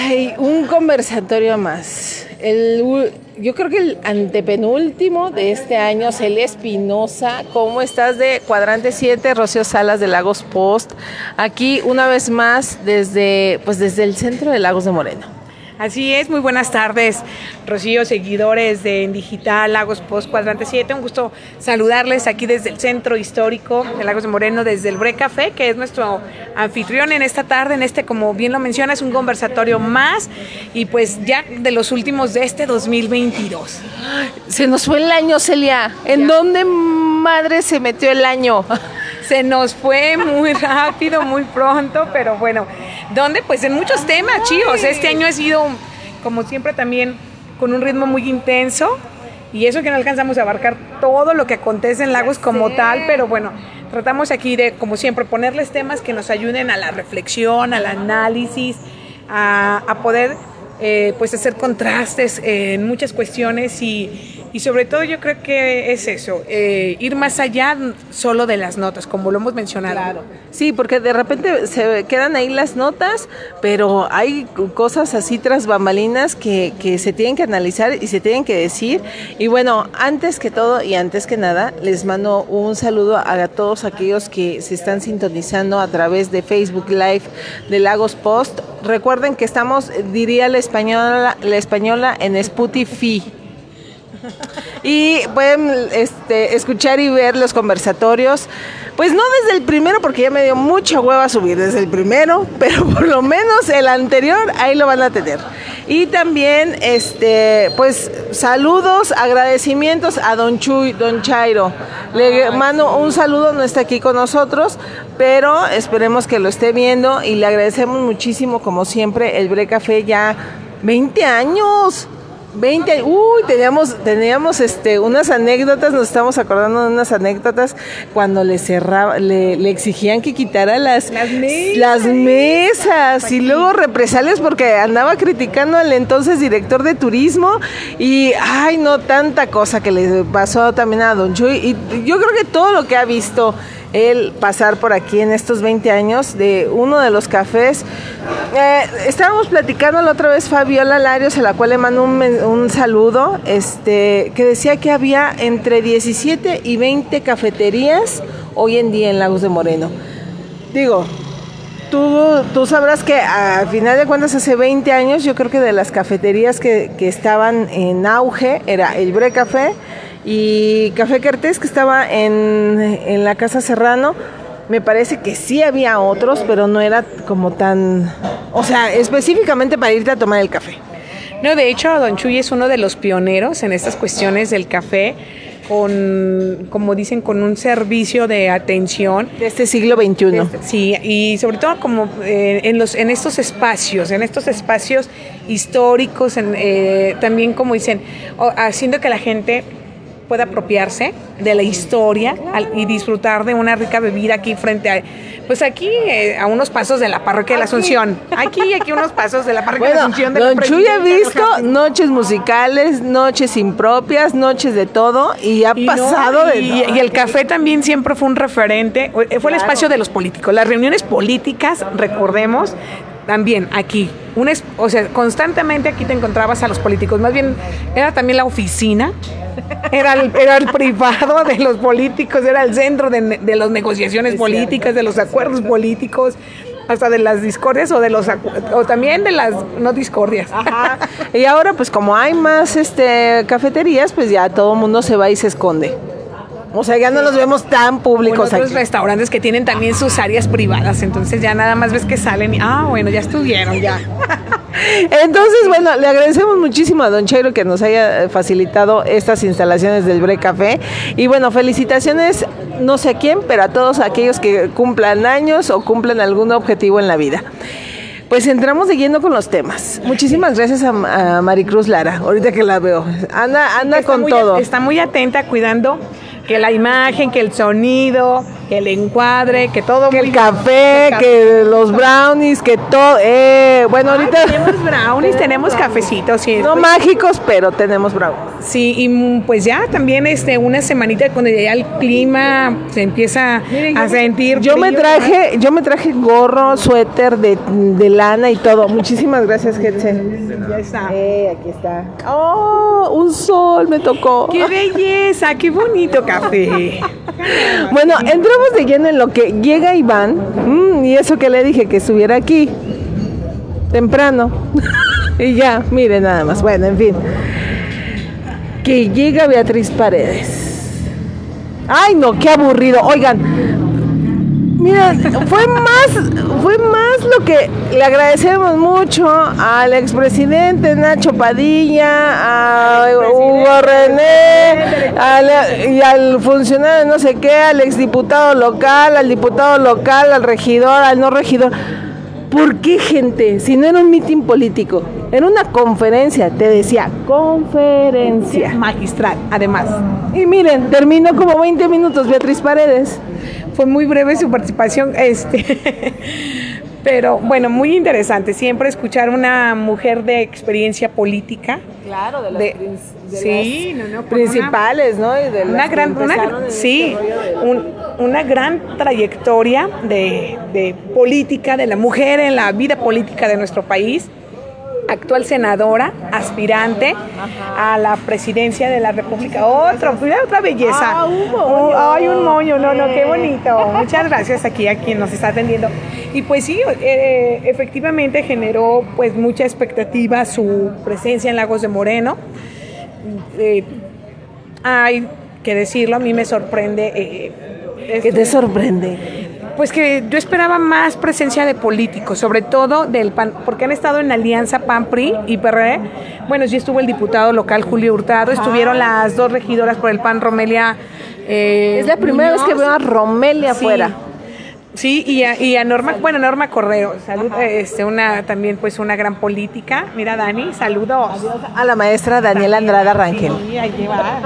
Ay, un conversatorio más. Yo creo que el antepenúltimo de este año, Celia Espinosa. ¿Cómo estás de Cuadrante 7? Rocío Salas de Lagos Post. Aquí una vez más desde el centro de Lagos de Moreno. Así es, muy buenas tardes, Rocío, seguidores de En Digital, Lagos Post, Cuadrante 7. Un gusto saludarles aquí desde el centro histórico de Lagos de Moreno, desde el Bre Café, que es nuestro anfitrión en esta tarde, como bien lo mencionas, un conversatorio más, y pues ya de los últimos de este 2022. Se nos fue el año, Celia. ¿En dónde madre se metió el año? Se nos fue muy rápido, muy pronto, pero bueno, ¿dónde? Pues en muchos temas, chicos. Este año ha sido, como siempre, también con un ritmo muy intenso, y eso que no alcanzamos a abarcar todo lo que acontece en Lagos como tal, pero bueno, tratamos aquí de, como siempre, ponerles temas que nos ayuden a la reflexión, al análisis, a poder pues hacer contrastes en muchas cuestiones y sobre todo yo creo que es eso, ir más allá solo de las notas, como lo hemos mencionado. Claro. Sí, porque de repente se quedan ahí las notas, pero hay cosas así tras bambalinas que se tienen que analizar y se tienen que decir. Y bueno, antes que todo y antes que nada, les mando un saludo a todos aquellos que se están sintonizando a través de Facebook Live de Lagos Post. Recuerden que estamos, diría la española en Spotify. Y pueden escuchar y ver los conversatorios, pues no desde el primero, porque ya me dio mucha hueva subir desde el primero, pero por lo menos el anterior ahí lo van a tener. Y también pues saludos, agradecimientos a don Chuy, don Chairo. Le mando un saludo, no está aquí con nosotros, pero esperemos que lo esté viendo y le agradecemos muchísimo, como siempre, el Bre Café. Ya 20 años. Teníamos unas anécdotas, nos estamos acordando de unas anécdotas cuando le exigían que quitara las mesas y luego represalias porque andaba criticando al entonces director de turismo y tanta cosa que le pasó también a don Chuy. Y yo creo que todo lo que ha visto él pasar por aquí en estos 20 años de uno de los cafés. Estábamos platicando la otra vez Fabiola Larios, a la cual le mando un saludo, que decía que había entre 17 y 20 cafeterías hoy en día en Lagos de Moreno. Digo, tú sabrás que a final de cuentas hace 20 años yo creo que de las cafeterías que estaban en auge era el Bre Café y Café Cartés, que estaba en la Casa Serrano. Me parece que sí había otros, pero no era como tan, específicamente para irte a tomar el café. No, de hecho, don Chuy es uno de los pioneros en estas cuestiones del café, como dicen, con un servicio de atención de este siglo XXI. Sí, y sobre todo como en estos espacios históricos, también como dicen, haciendo que la gente pueda apropiarse de la historia y disfrutar de una rica bebida aquí a unos pasos de la parroquia de la Asunción. Aquí unos pasos de la parroquia de la Asunción. Don Chuy ha visto noches musicales, noches impropias, noches de todo, y pasado de todo. Y el café también siempre fue un referente, fue el espacio de los políticos. Las reuniones políticas, recordemos, también aquí, constantemente aquí te encontrabas a los políticos. Más bien era también la oficina, era el privado de los políticos, era el centro de las negociaciones políticas, de los acuerdos políticos, hasta de las discordias o también de las no discordias. Ajá. Y ahora pues como hay más cafeterías, pues ya todo el mundo se va y se esconde. Ya no los vemos tan públicos aquí. Otros aquí. Restaurantes que tienen también sus áreas privadas, entonces ya nada más ves que salen y, ya estuvieron, ya. Entonces, le agradecemos muchísimo a don Chairo que nos haya facilitado estas instalaciones del Bre Café. Y felicitaciones, no sé a quién, pero a todos aquellos que cumplan años o cumplan algún objetivo en la vida. Pues entramos de lleno con los temas. Muchísimas gracias a Maricruz Lara, ahorita que la veo. Anda con todo. Está muy atenta, cuidando que la imagen, que el sonido, que el encuadre, que todo. Que el café, que los brownies, que todo. Bueno, ahorita tenemos brownies, tenemos cafecitos. Sí, no mágicos, pero tenemos brownies. Sí, y pues ya también una semanita cuando ya el clima se empieza a sentir. Yo me traje gorro, suéter de lana y todo. Muchísimas gracias, Getse. Ya está. Aquí está. Oh, un sol me tocó. ¡Qué belleza! ¡Qué bonito café! Bueno, entramos de lleno en lo que llega Iván. Y eso que le dije que estuviera aquí temprano. Y ya, mire nada más. Bueno, en fin. Que llega Beatriz Paredes. Ay, no, qué aburrido. Oigan, mira, fue más lo que le agradecemos mucho al expresidente Nacho Padilla, a Hugo René, y al funcionario no sé qué, al exdiputado local, al diputado local, al regidor, al no regidor. ¿Por qué, gente? Si no era un mitin político, era una conferencia, te decía, conferencia. Magistral, además. Y miren, terminó como 20 minutos Beatriz Paredes. Fue muy breve su participación, pero bueno, muy interesante. Siempre escuchar una mujer de experiencia política. Claro, sí, principales, ¿no? Y de una gran trayectoria de política de la mujer en la vida política de nuestro país. Actual senadora, aspirante a la presidencia de la República. Otra belleza. Un moño, qué bonito. Muchas gracias aquí a quien nos está atendiendo. Y pues sí, efectivamente generó pues mucha expectativa su presencia en Lagos de Moreno. Hay que decirlo, a mí me sorprende. ¿Qué te sorprende? Pues que yo esperaba más presencia de políticos, sobre todo del PAN, porque han estado en alianza PAN-PRI y PRD. Bueno, sí estuvo el diputado local Julio Hurtado, estuvieron las dos regidoras por el PAN, Romelia. Es la primera vez que veo a Romelia afuera. Sí, y a Norma Correo, salud, también pues una gran política. Mira, Dani, saludos. A la maestra Daniela Andrada Rangel. Sí, ahí va.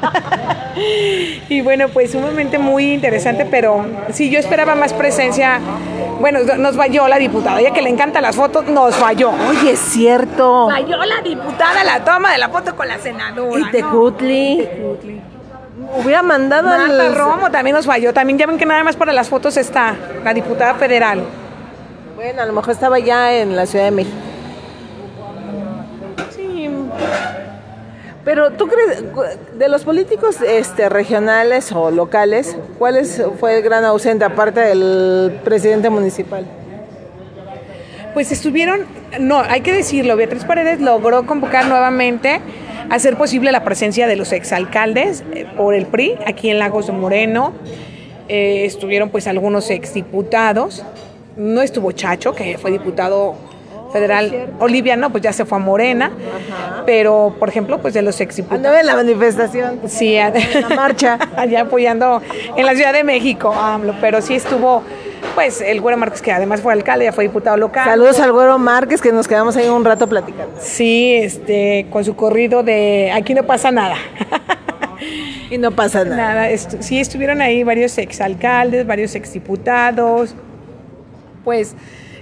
Y bueno, pues sumamente muy interesante, pero sí, yo esperaba más presencia. Bueno, nos falló la diputada, ya que le encantan las fotos, nos falló. Oye, es cierto. Falló la diputada la toma de la foto con la senadora. Y Tecutli. Hubiera mandado Marta Romo también nos falló. También ya ven que nada más para las fotos está la diputada federal. Bueno, a lo mejor estaba ya en la Ciudad de México. Sí. Pero ¿tú crees, de los políticos regionales o locales, cuál fue el gran ausente aparte del presidente municipal? Pues hay que decirlo, Beatriz Paredes logró convocar nuevamente hacer posible la presencia de los exalcaldes por el PRI aquí en Lagos de Moreno. Estuvieron pues algunos exdiputados. No estuvo Chacho, que fue diputado federal. Olivia no, pues ya se fue a Morena. Ajá. Pero, por ejemplo, pues de los exdiputados. Andaba en la manifestación. Sí, en la marcha. Allá apoyando en la Ciudad de México, pero sí estuvo pues el Güero Márquez, que además fue alcalde, ya fue diputado local. Saludos al Güero Márquez, que nos quedamos ahí un rato platicando. Sí, con su corrido de Aquí no pasa nada. Y no pasa nada. Sí, estuvieron ahí varios exalcaldes, varios exdiputados, pues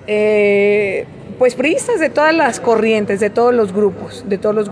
priistas de todas las corrientes, de todos los grupos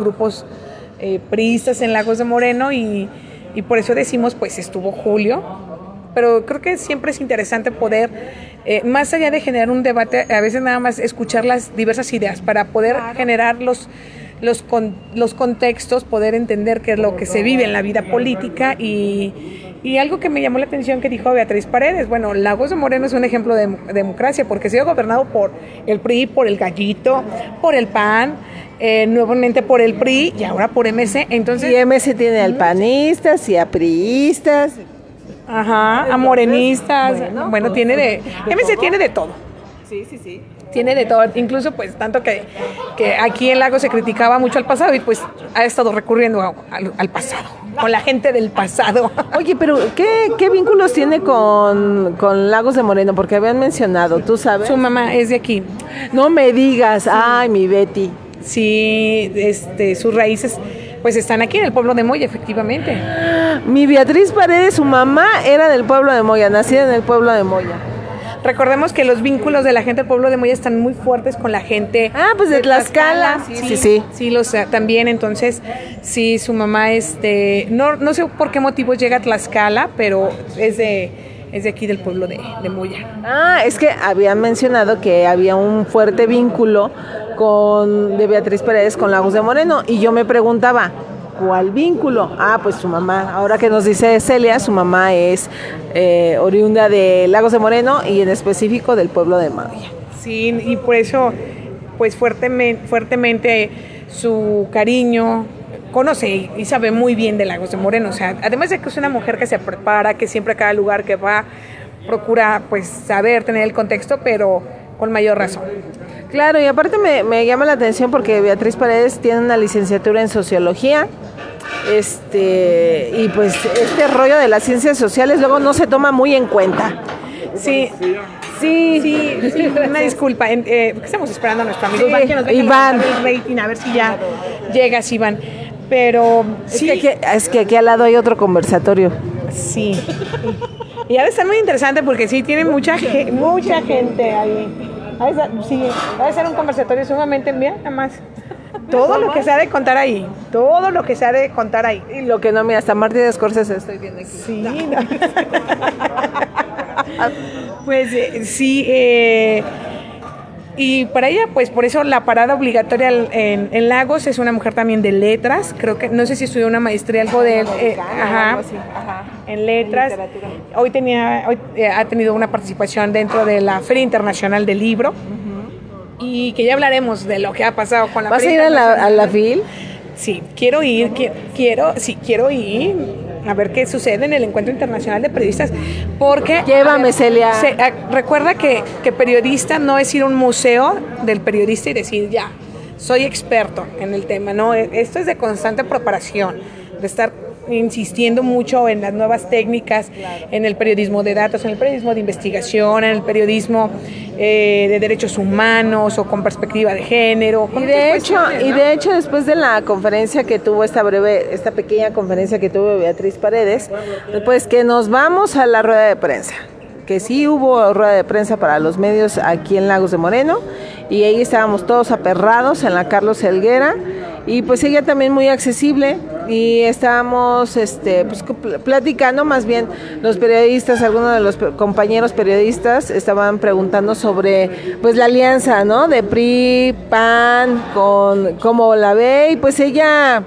priistas en Lagos de Moreno, y por eso decimos, pues estuvo Julio. Pero creo que siempre es interesante poder, más allá de generar un debate, a veces nada más escuchar las diversas ideas para poder generar los contextos, poder entender qué es lo que se vive en la vida política. Y algo que me llamó la atención que dijo Beatriz Paredes, bueno, Lagos de Moreno es un ejemplo de democracia porque ha sido gobernado por el PRI, por el Gallito, por el PAN, nuevamente por el PRI y ahora por MC. Entonces, y MC tiene al panistas y a priistas. Ajá, a morenistas. Bueno, MC tiene de todo. Sí. Tiene de todo, incluso pues tanto que aquí en Lagos se criticaba mucho al pasado y pues ha estado recurriendo al pasado, con la gente del pasado. Oye, pero ¿qué vínculos tiene con Lagos de Moreno? Porque habían mencionado, ¿tú sabes? Su mamá es de aquí. No me digas, sí. Ay, mi Betty. Sí, sus raíces pues están aquí en el pueblo de Moya, efectivamente. Mi Beatriz Paredes, su mamá era del pueblo de Moya, nacida en el pueblo de Moya. Recordemos que los vínculos de la gente del pueblo de Moya están muy fuertes con la gente. Pues de Tlaxcala. Sí, también. Entonces, sí, su mamá, no sé por qué motivo llega a Tlaxcala, pero es de aquí del pueblo de Moya. Es que habían mencionado que había un fuerte vínculo de Beatriz Paredes con Lagos de Moreno, y yo me preguntaba, ¿cuál vínculo? Pues su mamá. Ahora que nos dice Celia, su mamá es oriunda de Lagos de Moreno y en específico del pueblo de Moya. Sí, y por eso, pues fuertemente su cariño, conoce y sabe muy bien de Lagos de Moreno. O sea, además de que es una mujer que se prepara, que siempre a cada lugar que va procura pues saber, tener el contexto, pero con mayor razón. Claro, y aparte me llama la atención porque Beatriz Paredes tiene una licenciatura en sociología, y pues este rollo de las ciencias sociales luego no se toma muy en cuenta. Sí, una disculpa, estamos esperando a nuestro amigo Iván, que nos venga Iván. El rating, a ver si ya llegas, Iván. Pero es que aquí al lado hay otro conversatorio. Sí. Y ahora está muy interesante porque sí tiene mucha gente ahí. Sí, va a ser un conversatorio sumamente, mira, nada más. Todo lo que se ha de contar ahí. Y lo que no, mira, hasta Martín de Scorsese estoy viendo aquí. Sí. Pues sí, y para ella, pues por eso la parada obligatoria en Lagos. Es una mujer también de letras, creo que, no sé si estudió una maestría, algo de en letras. Hoy ha tenido una participación dentro de la Feria Internacional del Libro, y que ya hablaremos de lo que ha pasado con la Feria Internacional. ¿Vas a ir a la FIL? Sí, quiero ir, a ver qué sucede en el Encuentro Internacional de Periodistas, porque... Llévame, Celia. Recuerda que periodista no es ir a un museo del periodista y decir, ya, soy experto en el tema, no, esto es de constante preparación, de estar insistiendo mucho en las nuevas técnicas, en el periodismo de datos, en el periodismo de investigación, en el periodismo de derechos humanos o con perspectiva de género. Y de hecho, después de la conferencia que tuvo esta pequeña conferencia que tuvo Beatriz Paredes, pues que nos vamos a la rueda de prensa. Que sí hubo rueda de prensa para los medios aquí en Lagos de Moreno, y ahí estábamos todos aperrados en la Carlos Helguera, y pues ella también muy accesible, y estábamos pues platicando, más bien los periodistas, algunos de los compañeros periodistas estaban preguntando sobre pues la alianza, ¿no? De PRI, PAN, con cómo la ve, y pues ella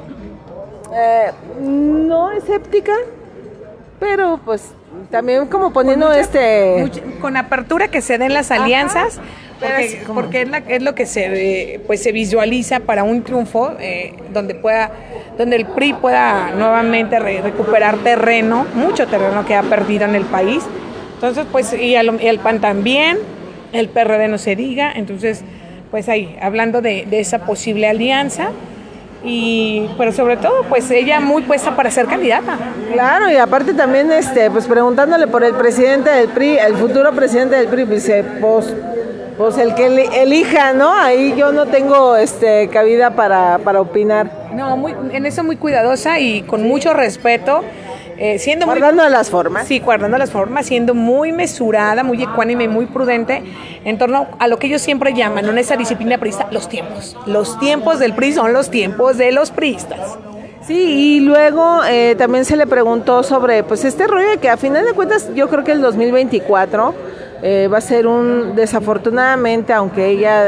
no escéptica, pero pues también como poniendo con apertura que se den las alianzas. Porque es lo que se visualiza para un triunfo donde el PRI pueda nuevamente recuperar mucho terreno que ha perdido en el país. Entonces, pues, y el PAN también, el PRD no se diga. Entonces, pues ahí, hablando de esa posible alianza. Pero sobre todo, pues ella muy puesta para ser candidata. Claro, y aparte también pues preguntándole por el presidente del PRI, el futuro presidente del PRI, dice, pues el que elija, ¿no? Ahí yo no tengo cabida para opinar. No, en eso muy cuidadosa y con mucho respeto. Guardando las formas. Sí, guardando las formas, siendo muy mesurada, muy ecuánime y muy prudente en torno a lo que ellos siempre llaman, en esa disciplina priista, los tiempos. Los tiempos del PRI son los tiempos de los priistas. Sí, y luego también se le preguntó sobre pues este rollo de que a final de cuentas yo creo que el 2024 va a ser desafortunadamente, aunque ella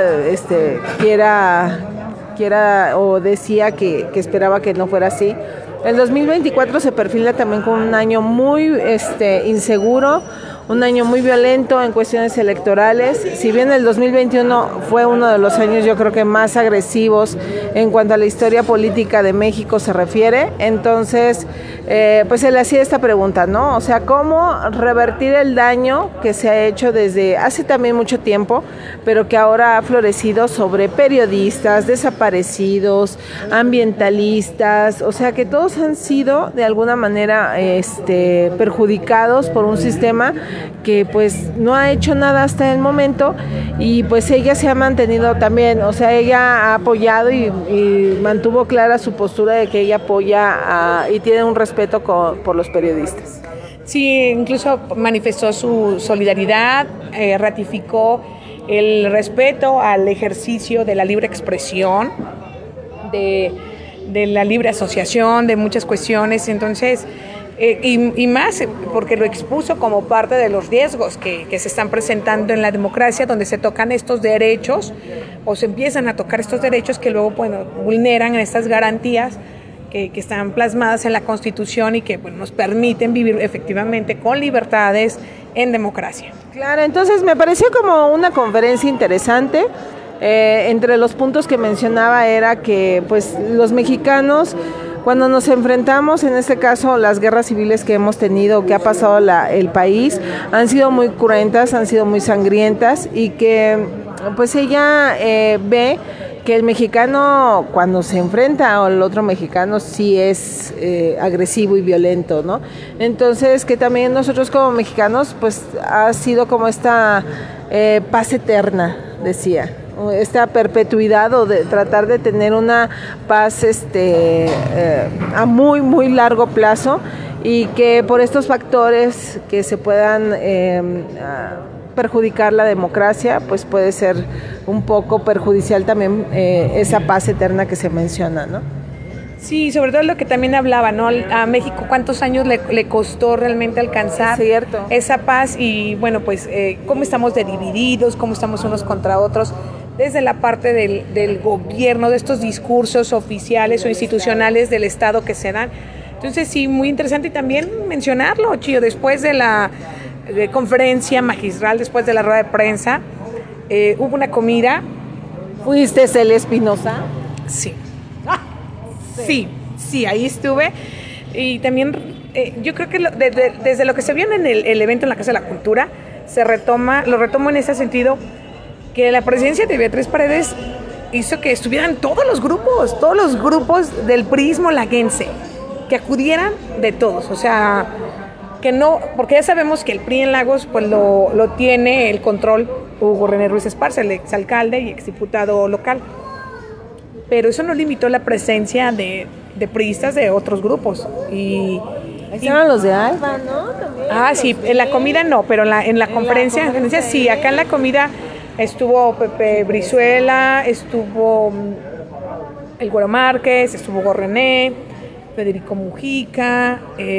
quiera o decía que esperaba que no fuera así. El 2024 se perfila también como un año muy inseguro, un año muy violento en cuestiones electorales. Si bien el 2021 fue uno de los años yo creo que más agresivos en cuanto a la historia política de México se refiere, entonces pues se le hacía esta pregunta, ¿no? O sea, ¿cómo revertir el daño que se ha hecho desde hace también mucho tiempo, pero que ahora ha florecido sobre periodistas, desaparecidos, ambientalistas, o sea que todos han sido de alguna manera perjudicados por un sistema que pues no ha hecho nada hasta el momento, y pues ella se ha mantenido también, o sea, ella ha apoyado y mantuvo clara su postura de que ella apoya y tiene un respeto por los periodistas. Sí, incluso manifestó su solidaridad, ratificó el respeto al ejercicio de la libre expresión, de la libre asociación, de muchas cuestiones. Entonces, y más porque lo expuso como parte de los riesgos que se están presentando en la democracia, donde se tocan estos derechos o se empiezan a tocar estos derechos que luego vulneran estas garantías que están plasmadas en la Constitución y que nos permiten vivir efectivamente con libertades en democracia. Claro, entonces me pareció como una conferencia interesante. Entre los puntos que mencionaba era que pues los mexicanos, cuando nos enfrentamos, en este caso las guerras civiles que hemos tenido, que ha pasado el país, han sido muy cruentas, han sido muy sangrientas, y que pues ella ve que el mexicano cuando se enfrenta al otro mexicano sí es agresivo y violento, ¿no? Entonces que también nosotros como mexicanos pues ha sido como esta paz eterna, decía, esta perpetuidad o de tratar de tener una paz a muy muy largo plazo, y que por estos factores que se puedan perjudicar la democracia, pues puede ser un poco perjudicial también esa paz eterna que se menciona, ¿no? Sí, sobre todo lo que también hablaba, ¿no? A México, ¿cuántos años le costó realmente alcanzar esa paz? Y bueno, pues cómo estamos divididos, cómo estamos unos contra otros, desde la parte del gobierno, de estos discursos oficiales o institucionales del Estado que se dan. Entonces sí, muy interesante, y también mencionarlo, Chío, después de la conferencia magistral, después de la rueda de prensa, hubo una comida. ¿Fuiste, Celia Espinosa? Sí. Sí, ahí estuve. Y también yo creo que desde lo que se vio en el evento en la Casa de la Cultura, lo retomo en ese sentido, que la presencia de Beatriz Paredes hizo que estuvieran todos los grupos del priismo laguense, que acudieran de todos, o sea, que no, porque ya sabemos que el PRI en Lagos pues lo tiene el control Hugo René Ruiz Esparza, el exalcalde y exdiputado local, pero eso no limitó la presencia de priistas de otros grupos. Ahí estaban los de Alba, ¿no? También. Sí, en la comida no, pero en la conferencia sí, acá en la comida estuvo Pepe Brizuela, estuvo el Güero Márquez, estuvo Hugo René, Federico Mujica,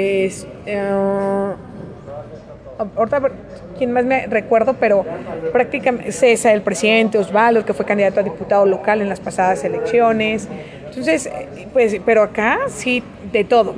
ahorita quién más me recuerdo, pero prácticamente César, el presidente, Osvaldo, que fue candidato a diputado local en las pasadas elecciones. Entonces, pues, pero acá sí, de todo,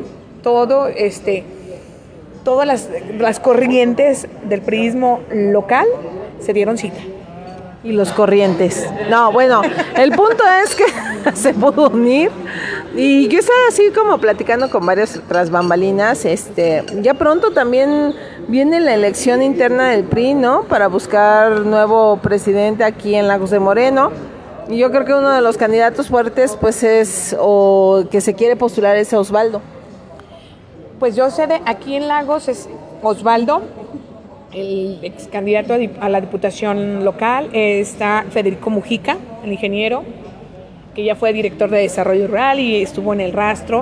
todas las corrientes del priismo local se dieron cita. Y los corrientes. No, bueno, el punto es que se pudo unir. Y yo estaba así como platicando con varios tras bambalinas. Ya pronto también viene la elección interna del PRI, ¿no? Para buscar nuevo presidente aquí en Lagos de Moreno. Y yo creo que uno de los candidatos fuertes, pues o que se quiere postular, es Osvaldo. Pues yo sé aquí en Lagos es Osvaldo, el ex candidato a la diputación local. Está Federico Mujica, el ingeniero, que ya fue director de desarrollo rural y estuvo en El Rastro.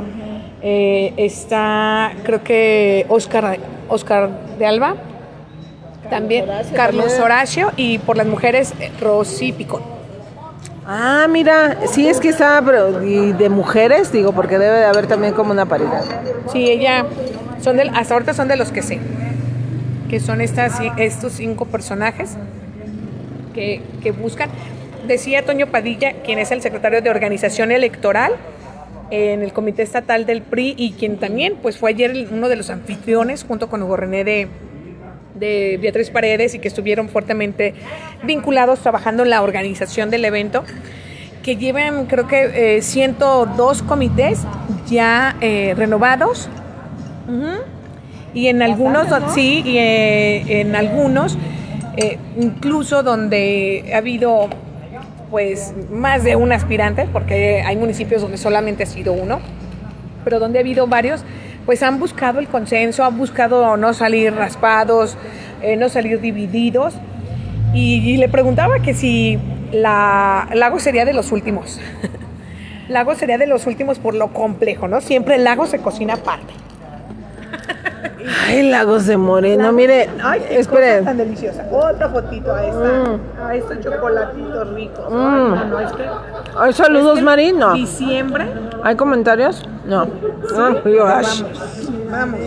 Está, creo que Óscar de Alba, también Carlos Horacio, y por las mujeres Rosy Picón. Ah, mira, sí, es que está, pero y de mujeres, digo, porque debe de haber también como una paridad. Sí, hasta ahorita son de los que sé, que son estos 5 personajes que buscan. Decía Toño Padilla, quien es el secretario de Organización Electoral en el Comité Estatal del PRI, y quien también pues fue ayer uno de los anfitriones junto con Hugo René de Beatriz Paredes, y que estuvieron fuertemente vinculados trabajando en la organización del evento, que llevan creo que 102 comités ya renovados. Uh-huh. Y en algunos, sí, y en algunos, incluso donde ha habido pues más de un aspirante, porque hay municipios donde solamente ha sido uno, pero donde ha habido varios, pues han buscado el consenso, han buscado no salir raspados, no salir divididos. Y le preguntaba que si Lago sería de los últimos. Lago sería de los últimos por lo complejo, ¿no? Siempre el Lago se cocina aparte. Ay, Lagos de Moreno, mire, ay, esperen. Tan deliciosa. Otra fotito a estos chocolatitos ricos. Ay, no, es que... Ay, saludos, es que Marín, no. Diciembre. ¿Hay comentarios? No. Sí, vamos.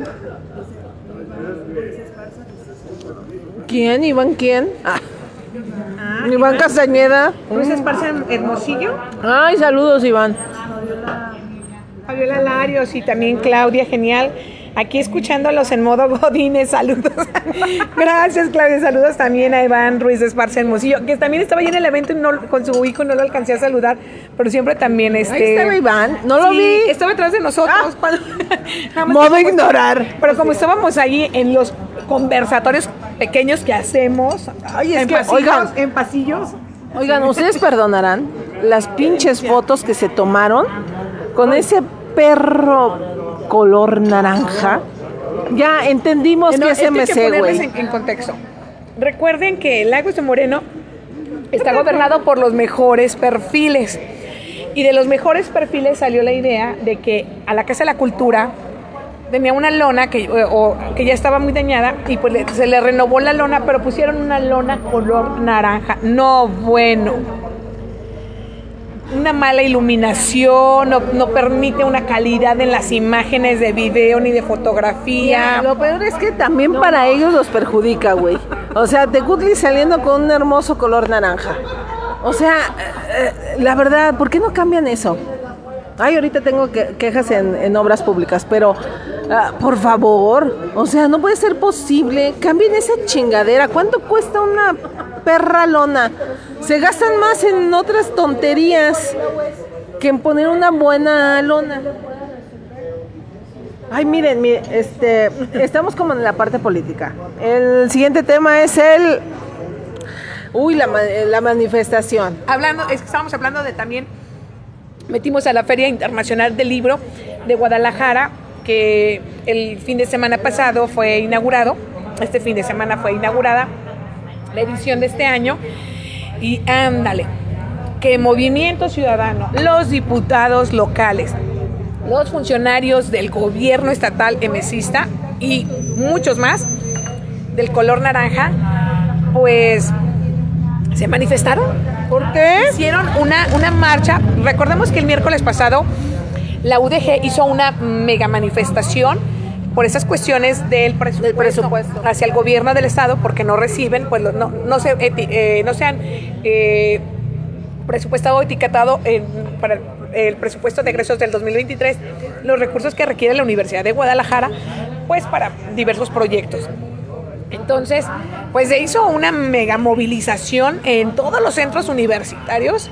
¿Quién? ¿Iván quién? Iván Castañeda. Luis Esparza Hermosillo. Ay, saludos, Iván. Fabiola Larios y también Claudia, genial. Aquí escuchándolos en modo Godínez, saludos. Gracias, Claudia, saludos también a Iván Ruiz de Esparza Hermosillo, que también estaba ahí en el evento y con su hijo no lo alcancé a saludar, pero siempre también Ahí estaba Iván, no lo vi. Estaba atrás de nosotros. Modo ignorar. Pero como estábamos ahí en los conversatorios pequeños que hacemos, ay, es en que, pasillos, oigan, en pasillos. Oigan, ustedes perdonarán las pinches fotos que se tomaron con ese perro color naranja. Ya entendimos que es MC, güey. En contexto. Recuerden que Lagos de Moreno está gobernado por los mejores perfiles. Y de los mejores perfiles salió la idea de que a la Casa de la Cultura tenía una lona que ya estaba muy dañada y pues se le renovó la lona, pero pusieron una lona color naranja. No, bueno. Una mala iluminación, no permite una calidad en las imágenes de video ni de fotografía. Lo peor es que también para ellos los perjudica, güey. O sea, Tecutli saliendo con un hermoso color naranja. O sea, la verdad, ¿por qué no cambian eso? Ay, ahorita tengo quejas en obras públicas, pero por favor, o sea, no puede ser posible. Cambien esa chingadera. ¿Cuánto cuesta una perra lona? Se gastan más en otras tonterías que en poner una buena lona. Ay, miren, estamos como en la parte política. El siguiente tema es la manifestación. Es que estábamos hablando de también, metimos a la Feria Internacional del Libro de Guadalajara, que el fin de semana pasado fue inaugurado. Este fin de semana fue inaugurada la edición de este año. Y ándale, que Movimiento Ciudadano, los diputados locales, los funcionarios del gobierno estatal emesista y muchos más del color naranja, pues se manifestaron. ¿Por qué? Hicieron una marcha. Recordemos que el miércoles pasado la UDG hizo una mega manifestación por esas cuestiones del presupuesto hacia el gobierno del estado, porque no reciben, pues no se han presupuestado o etiquetado para el presupuesto de egresos del 2023 los recursos que requiere la Universidad de Guadalajara, pues para diversos proyectos. Entonces, pues se hizo una mega movilización en todos los centros universitarios.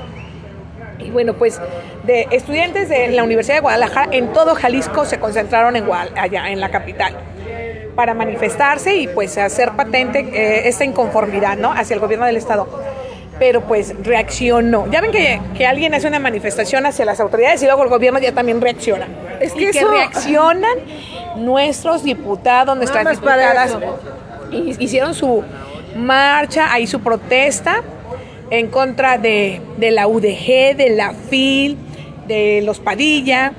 Y bueno, pues de estudiantes de la Universidad de Guadalajara en todo Jalisco se concentraron allá en la capital para manifestarse y pues hacer patente esta inconformidad, ¿no?, hacia el gobierno del estado. Pero pues reaccionó. Ya ven que alguien hace una manifestación hacia las autoridades y luego el gobierno ya también reacciona. Es que reaccionan nuestros diputados, nuestras diputadas. Hicieron su marcha, ahí su protesta en contra de la UDG, de la FIL, de los Padilla.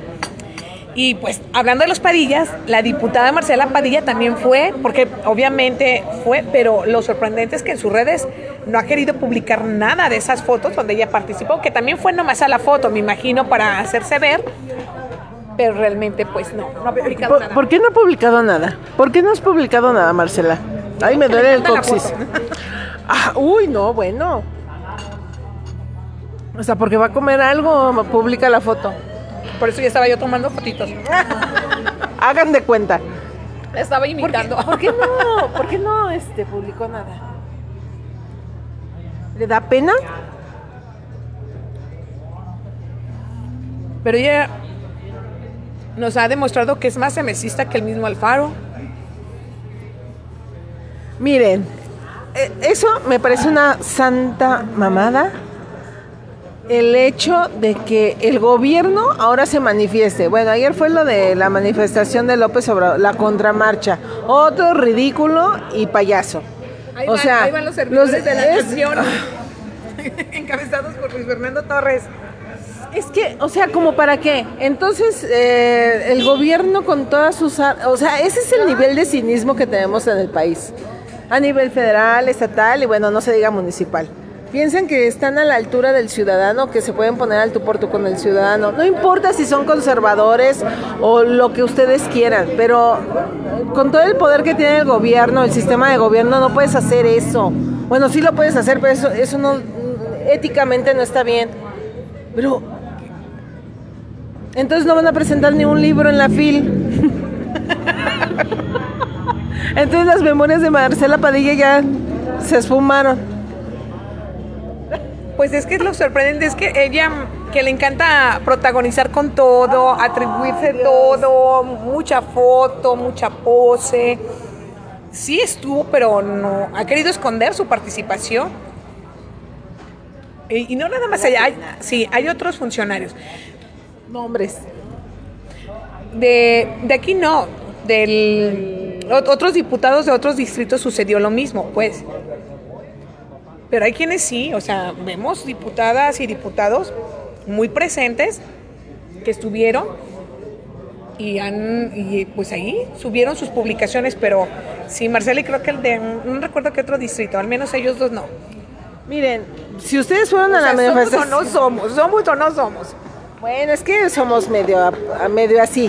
Y pues hablando de los Padillas, la diputada Marcela Padilla también fue, porque obviamente fue, pero lo sorprendente es que en sus redes no ha querido publicar nada de esas fotos donde ella participó, que también fue nomás a la foto, me imagino, para hacerse ver, pero realmente pues no ha publicado nada. ¿Por qué no ha publicado nada? ¿Por qué no has publicado nada, Marcela? Ay, me duele el coxis. Uy, no, bueno. O sea, porque va a comer algo, publica la foto. Por eso ya estaba yo tomando fotitos. Hagan de cuenta. La estaba imitando. ¿Por qué no publicó nada? ¿Le da pena? Pero ella nos ha demostrado que es más emesista que el mismo Alfaro. Miren, eso me parece una santa mamada. el hecho de que el gobierno ahora se manifieste. Bueno, ayer fue lo de la manifestación de López Obrador, la contramarcha. Otro ridículo y payaso. Ahí van los servidores de la nación, encabezados por Luis Fernando Torres. Es que, o sea, ¿como para qué? Entonces, el gobierno con todas sus... O sea, ese es el nivel de cinismo que tenemos en el país. A nivel federal, estatal y bueno, no se diga municipal. Piensan que están a la altura del ciudadano, que se pueden poner al tú por tú con el ciudadano. No importa si son conservadores o lo que ustedes quieran, pero con todo el poder que tiene el gobierno, el sistema de gobierno, no puedes hacer eso. Bueno, sí lo puedes hacer, pero eso no, éticamente no está bien. Pero entonces no van a presentar ni un libro en la FIL. Entonces las memorias de Marcela Padilla ya se esfumaron. Pues es que lo sorprendente es que ella, que le encanta protagonizar con todo, atribuirse todo, mucha foto, mucha pose. Sí estuvo, pero no ha querido esconder su participación. Y no nada más allá, hay otros funcionarios. Nombres. De aquí no, otros diputados de otros distritos sucedió lo mismo, pues. Pero hay quienes sí, o sea, vemos diputadas y diputados muy presentes que estuvieron y pues ahí subieron sus publicaciones, pero sí, Marcela, y creo que no recuerdo qué otro distrito, al menos ellos dos no. Miren, si ustedes fueron a la manifestación... ¿Somos o no somos? Bueno, es que somos medio así.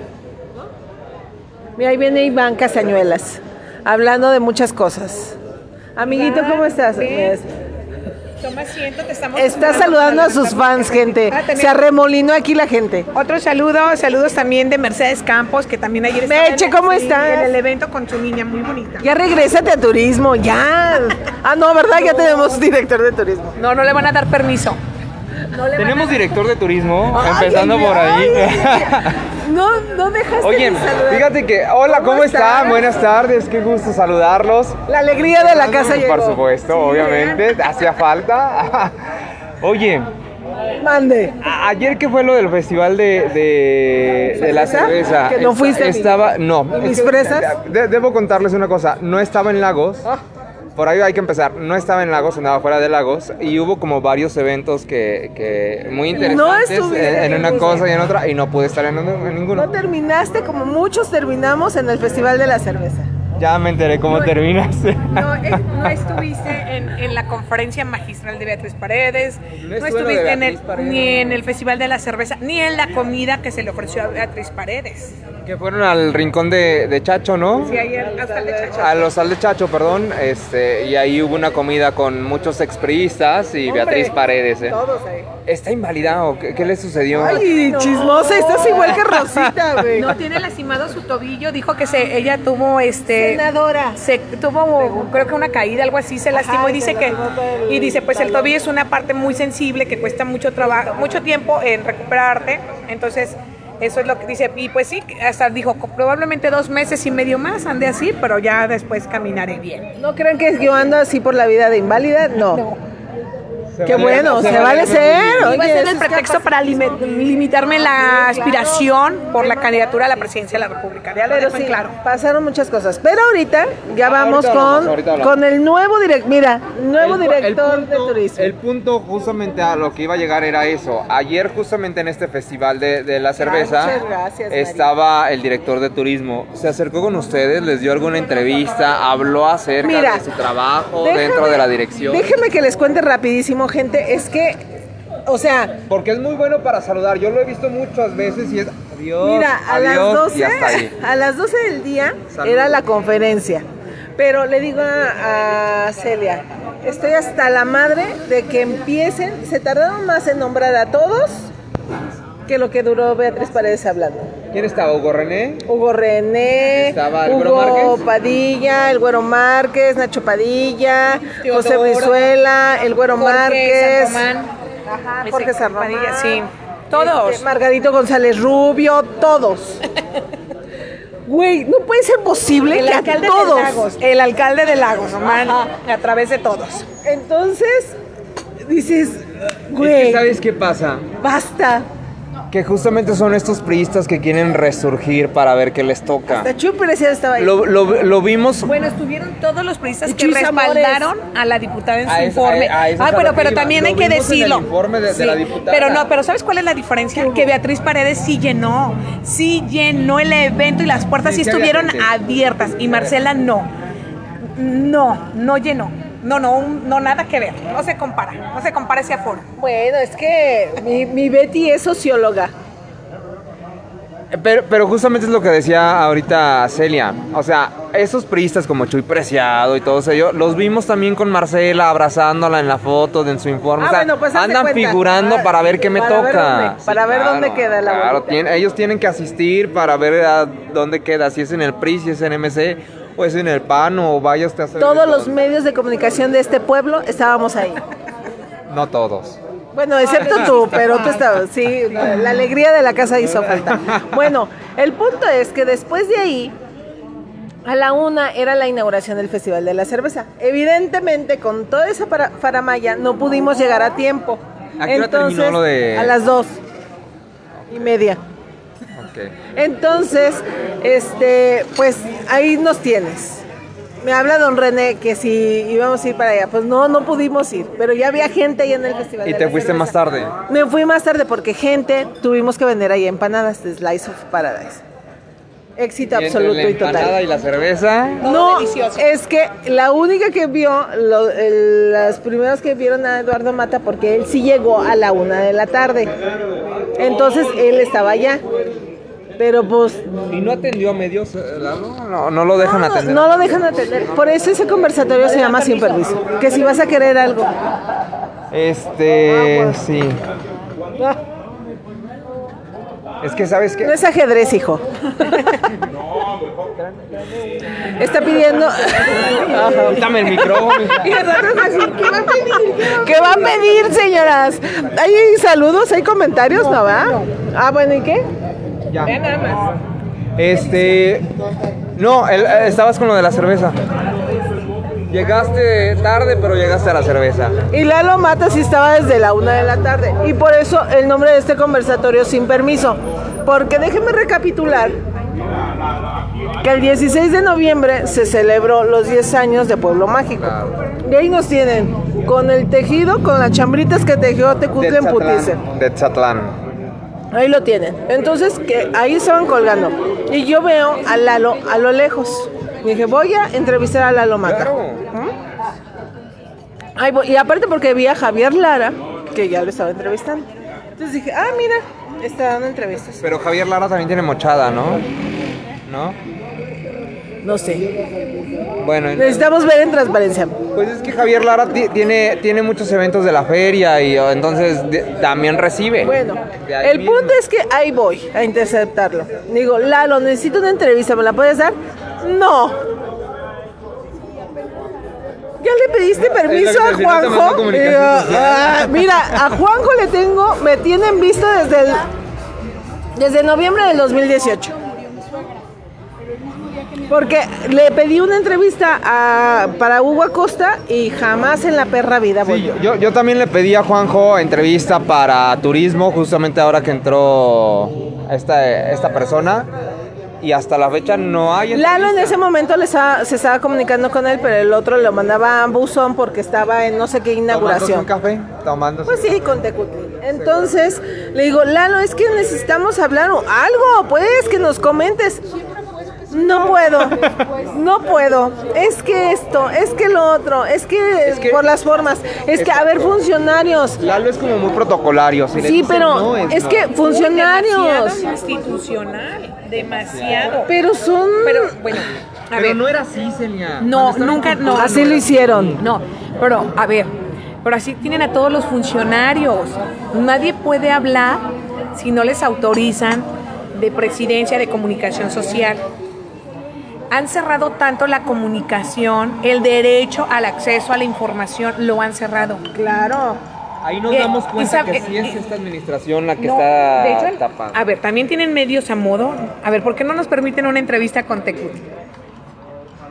Mira, ahí viene Iván Castañuelas, hablando de muchas cosas. Amiguito, ¿cómo estás? Toma asiento, te estamos... Está saludando a sus fans, gente. Se arremolinó aquí la gente. Otro saludos también de Mercedes Campos, que también ayer estaba Meche, ¿cómo estás? En el evento con su niña, muy bonita. Ya regrésate a turismo, ya. Ah, no, ¿verdad? Ya tenemos director de turismo. No le van a dar permiso. Tenemos director de turismo, empezando por ahí. No dejaste Oye, de saludar. fíjate que, hola, ¿cómo están? Buenas tardes, qué gusto saludarlos. La alegría de la casa llegó. Por supuesto, obviamente, hacía falta. Oye, mande. Ayer que fue lo del festival de la cerveza. Que no fuiste. No. ¿Y mis fresas? Debo contarles una cosa, no estaba en Lagos. Por ahí hay que empezar. No estaba en Lagos, andaba fuera de Lagos. Y hubo como varios eventos que muy interesantes en una cosa y en otra. Y no pude estar en ninguno. No terminaste como muchos terminamos en el Festival de la Cerveza. Ya me enteré cómo terminaste. No estuviste en la conferencia magistral de Beatriz Paredes. No estuviste ni en el Festival de la Cerveza, ni en la comida que se le ofreció a Beatriz Paredes. Que fueron al rincón de Chacho, ¿no? Sí, ayer al Hostal de Chacho. Al Hostal de Chacho, perdón. Y ahí hubo una comida con muchos expriistas y Beatriz Paredes. Todos ahí. ¿Está invalidado? ¿Qué le sucedió? Ay, no. Chismosa, estás igual que Rosita, güey. No tiene lastimado su tobillo, dijo que ella tuvo senadora. Tuvo creo que una caída, algo así, se lastimó y dice pues el tobillo es una parte muy sensible que cuesta mucho trabajo, mucho tiempo en recuperarte. Entonces, eso es lo que dice, y pues sí, hasta dijo, probablemente 2 meses y medio más ande así, pero ya después caminaré bien. ¿No creen que yo ando así por la vida de inválida? No. Qué bueno, se vale ser. Oye, va a ser el pretexto para limitarme la aspiración por la candidatura a la presidencia de la República. Ya lo dejo en claro. Pasaron muchas cosas, pero ahorita ya vamos con el nuevo director de turismo. El punto justamente a lo que iba a llegar era eso. Ayer justamente en este festival de la cerveza estaba el director de turismo. Se acercó con ustedes, les dio alguna entrevista, habló acerca de su trabajo dentro de la dirección. Déjenme que les cuente rapidísimo, gente, es que, o sea... Porque es muy bueno para saludar, yo lo he visto muchas veces y es adiós, mira, adiós, y hasta ahí. A las 12 del día era la conferencia, pero le digo a Celia, estoy hasta la madre de que empiecen, se tardaron más en nombrar a todos que lo que duró Beatriz Paredes hablando. ¿Quién estaba? ¿Hugo René? Hugo René, estaba el Hugo Padilla, el Güero Márquez, Nacho Padilla, José Brizuela, el Güero Márquez, Jorge San Román, sí, todos. Margarito González Rubio, todos. Güey, no puede ser posible que a todos. El alcalde de Lagos, Román, a través de todos. Entonces, dices, Güey. Es que ¿sabes qué pasa? Basta. Que justamente son estos priistas que quieren resurgir para ver qué les toca. Hasta Chuy Preciado estaba ahí. Lo vimos. Bueno, estuvieron todos los periodistas Y que Chuy respaldaron a la diputada en su eso- informe. a eso es a Pero lo que iba. también Lo hay que vimos en el decirlo. informe de la diputada. Pero ¿sabes cuál es la diferencia? Que Beatriz Paredes sí llenó el evento y las puertas sí Sí, había estuvieron gente. abiertas y Marcela no llenó. No, nada que ver. No se compara ese aforo. Bueno, es que mi Betty es socióloga. Pero justamente es lo que decía ahorita Celia. O sea, esos priistas como Chuy Preciado y todos ellos, los vimos también con Marcela abrazándola en la foto en su informe. O sea, bueno, pues hazte andan cuenta. figurando para ver qué me Para ver toca. dónde- para ver dónde queda la Claro, bolita. ellos tienen que asistir para ver a dónde queda, si es en el PRI, si es en MC, o es en el PAN, o vaya usted a hacer Todos eso. los medios de comunicación de este pueblo estábamos ahí. No todos. Bueno, excepto tú, pero tú estabas, sí, la alegría de la casa hizo falta. Bueno, el punto es que después de ahí, a la 1 era la inauguración del Festival de la Cerveza. Evidentemente, con toda esa faramaya, no pudimos llegar a tiempo. ¿A qué hora terminó lo de...? A las 2:30. Ok. Entonces, pues ahí nos tienes. Me habla don René que si íbamos a ir para allá. Pues no pudimos ir, pero ya había gente ahí en el Festival ¿Y de te la fuiste Cerveza. más tarde? Me fui más tarde porque tuvimos que vender ahí empanadas de Slice of Paradise. Éxito ¿Y entre absoluto la y total. empanada y la cerveza? No, delicioso. es que la única que vio, las primeras que vieron a Eduardo Mata, porque él sí llegó a la 1 de la tarde. Entonces él estaba allá. Pero pues ¿Y no atendió a medios? No lo dejan atender. no lo dejan atender. Por eso ese conversatorio se llama Sin Permiso. Que si vas a querer algo. Sí. Ah, Es que, ¿sabes no qué? es ajedrez, hijo. Está pidiendo. Quítame el micrófono. Y nosotros así, ¿qué va a pedir? ¿Qué va a pedir, señoras? ¿Hay saludos? ¿Hay comentarios? ¿No va? Ah, bueno, ¿y qué? Ya. Vean nada más. No, estabas con lo de la cerveza. Llegaste tarde, pero llegaste a la cerveza. Y Lalo Mata sí estaba desde la 1 de la tarde. Y por eso el nombre de este conversatorio Sin Permiso. Porque déjenme recapitular que el 16 de noviembre se celebró los 10 años de Pueblo Mágico. Y ahí nos tienen con el tejido, con las chambritas que tejió Tecutle en Putice. De Tzatlán. Ahí lo tienen. Entonces, que ahí estaban colgando. Y yo veo a Lalo a lo lejos. Y dije, voy a entrevistar a Lalo Mata. Claro. Ahí voy. Y aparte porque vi a Javier Lara, que ya lo estaba entrevistando. Entonces dije, mira, está dando entrevistas. Pero Javier Lara también tiene mochada, ¿no? ¿No? No sé. Bueno, Necesitamos ver en transparencia. pues es que Javier Lara tiene muchos eventos de la feria y entonces también recibe. Bueno, De ahí el mismo. punto es que ahí voy a interceptarlo. Digo, Lalo, necesito una entrevista, ¿me la puedes dar? No. ¿Ya le pediste permiso Es lo que a decía, no te mandó Juanjo? comunicación Digo, social. mira, a Juanjo me tienen visto desde noviembre del 2018. Porque le pedí una entrevista para Hugo Acosta y jamás en la perra vida Sí, volvió. yo también le pedí a Juanjo entrevista para turismo, justamente ahora que entró esta persona, y hasta la fecha no hay entrevista. Lalo en ese momento se estaba comunicando con él, pero el otro lo mandaba a buzón porque estaba en no sé qué inauguración. ¿Tomándose un café? Tomándose. Pues sí, con Tecutli. Entonces le digo, Lalo, es que necesitamos hablar algo, pues, que nos comentes. No puedo. Es que esto, es que lo otro, es que por las formas, es que, a ver, funcionarios. Lalo es como muy protocolario. Si le Sí, dicen pero no, es no. que funcionarios. Demasiado institucional. Demasiado. Pero son... Pero, bueno, a ver. Pero no era así, Celia. No, nunca, no. Así lo hicieron. No, pero a ver, pero así tienen a todos los funcionarios. Nadie puede hablar si no les autorizan de presidencia de comunicación social. Han cerrado tanto la comunicación, el derecho al acceso a la información, lo han cerrado. Claro. Ahí nos Bien, damos cuenta y que sí es esta administración la que No, está de hecho, tapada. a ver, también tienen medios a modo. A ver, ¿por qué no nos permiten una entrevista con Tecutli?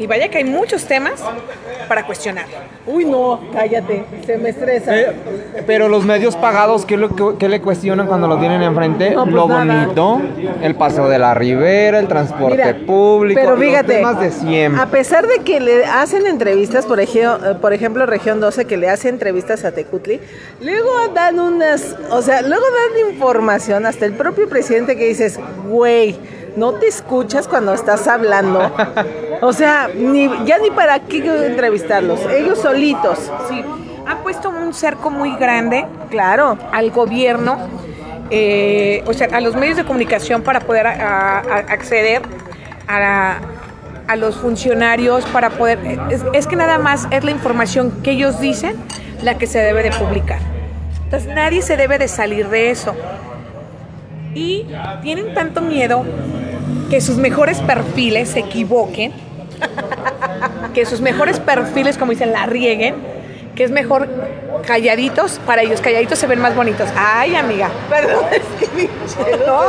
Y vaya que hay muchos temas para cuestionar. Uy, no, cállate, se me estresa. Pero los medios pagados, ¿qué le cuestionan cuando lo tienen enfrente? No, pues lo nada. bonito, el paseo de la Ribera, el transporte Mira, público, pero fíjate, los temas de siempre. a pesar de que le hacen entrevistas, por ejemplo, Región 12, que le hace entrevistas a Tecutli, luego dan luego dan información, hasta el propio presidente que dices, güey, no te escuchas cuando estás hablando. O sea, ya ni para qué entrevistarlos, ellos solitos. Sí, ha puesto un cerco muy grande, Claro. al gobierno, o sea, a los medios de comunicación para poder acceder a los funcionarios, para poder... Es que nada más es la información que ellos dicen la que se debe de publicar. Entonces nadie se debe de salir de eso. Y tienen tanto miedo que sus mejores perfiles se equivoquen, que sus mejores perfiles, como dicen, la rieguen, que es mejor calladitos, para ellos calladitos se ven más bonitos. Ay, amiga. Perdón, es que No.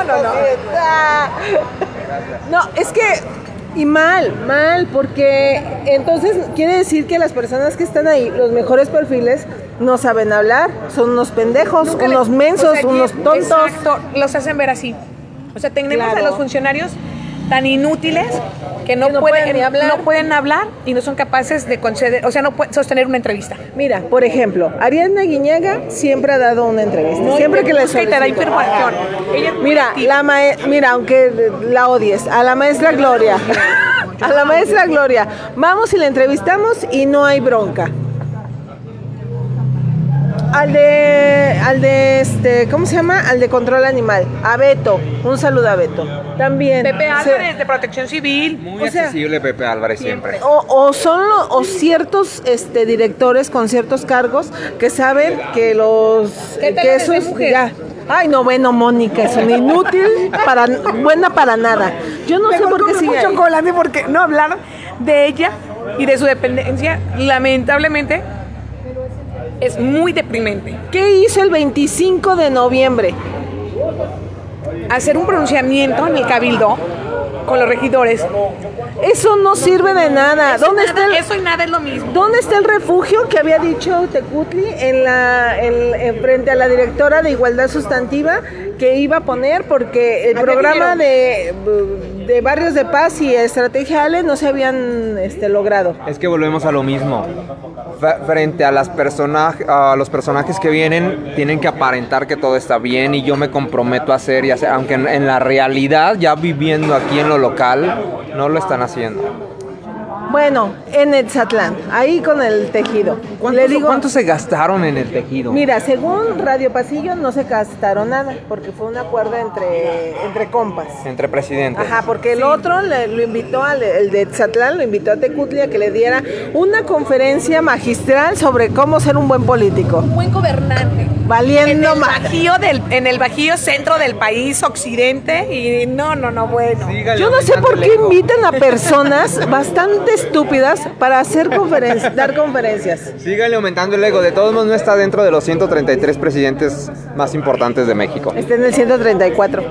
No, es que... Y mal, porque entonces quiere decir que las personas que están ahí, los mejores perfiles, no saben hablar, son unos pendejos, Nunca unos mensos, o sea, unos tontos. Exacto, los hacen ver así. O sea, tenemos Claro. a los funcionarios tan inútiles que no pueden ni hablar. no pueden hablar y no son capaces de conceder, o sea, no pueden sostener una entrevista. Mira, por ejemplo, Ariadna Guiñaga siempre ha dado una entrevista, siempre que le busca y te da solicito. información. Ella es muy Mira, activa. mira, aunque la odies, a la maestra Gloria, a la maestra Gloria, vamos y la entrevistamos y no hay bronca. Al de ¿cómo se llama? Al de control animal, a Beto, un saludo a Beto. También. Pepe Álvarez de Protección Civil. Muy o sea, accesible Pepe Álvarez siempre. O ciertos directores con ciertos cargos que saben que ¿Qué tal que eres eso de es mujer? ya. Ay, no, bueno, Mónica, es una inútil, buena para nada. Yo no sé por qué sigue ahí. Chocolate porque no hablaron de ella y de su dependencia. Lamentablemente es muy deprimente. ¿Qué hizo el 25 de noviembre? Hacer un pronunciamiento en el cabildo con los regidores. Eso no sirve de nada. ¿Dónde está Eso y nada es lo mismo. ¿Dónde está el refugio que había dicho Tecutli en frente a la directora de Igualdad Sustantiva que iba a poner? Porque el programa de Barrios de Paz y Estrategia Ale no se habían logrado. Es que volvemos a lo mismo. Frente a los personajes que vienen, tienen que aparentar que todo está bien y yo me comprometo a hacer y hacer, aunque en la realidad, ya viviendo aquí en lo local, no lo están haciendo. Bueno, en Etzatlán, ahí con el tejido. ¿Cuánto se gastaron en el tejido? Mira, según Radio Pasillo no se gastaron nada, porque fue un acuerdo entre compas. Entre presidentes. Ajá, porque el otro lo invitó, el de Etzatlán lo invitó a Tecutli a que le diera una conferencia magistral sobre cómo ser un buen político. Un buen gobernante. Valiendo más. En el bajío centro del país, occidente, y no, bueno. Sígale Yo no sé por qué aumentando el ego. invitan a personas bastante estúpidas para hacer dar conferencias. Síganle aumentando el ego. De todos modos, no está dentro de los 133 presidentes más importantes de México. Está en el 134.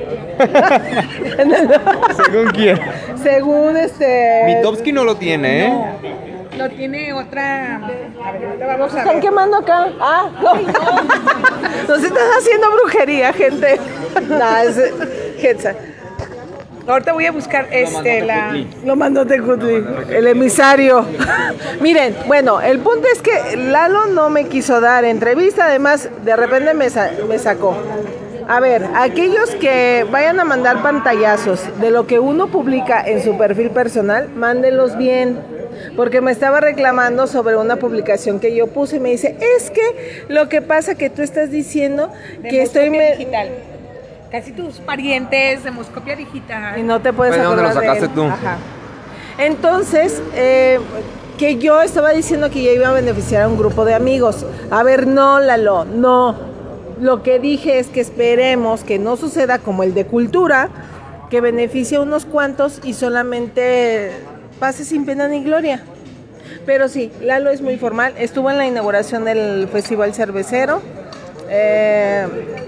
¿Según quién? Según Mitofsky no lo tiene, ¿eh? Lo tiene otra. A ver, ahorita vamos a Están ver. quemando acá. Ah, no. Nos estás haciendo brujería, gente. No, es Hetza. Ahorita voy a buscar Lo mandó Tecutli, el emisario. Miren, bueno, el punto es que Lalo no me quiso dar entrevista, además de repente me sacó. A ver, aquellos que vayan a mandar pantallazos de lo que uno publica en su perfil personal, mándenlos bien. Porque me estaba reclamando sobre una publicación que yo puse y me dice, es que lo que pasa que tú estás diciendo que estoy... digital. Casi tus parientes de Moscopia Digital. Y no te puedes Pues, ¿de dónde acordar lo de sacaste él. tú? Ajá. Entonces, que yo estaba diciendo que yo iba a beneficiar a un grupo de amigos. A ver, no, Lalo, no. Lo que dije es que esperemos que no suceda como el de Cultura, que beneficie a unos cuantos y solamente pase sin pena ni gloria. Pero sí, Lalo es muy formal. Estuvo en la inauguración del Festival Cervecero.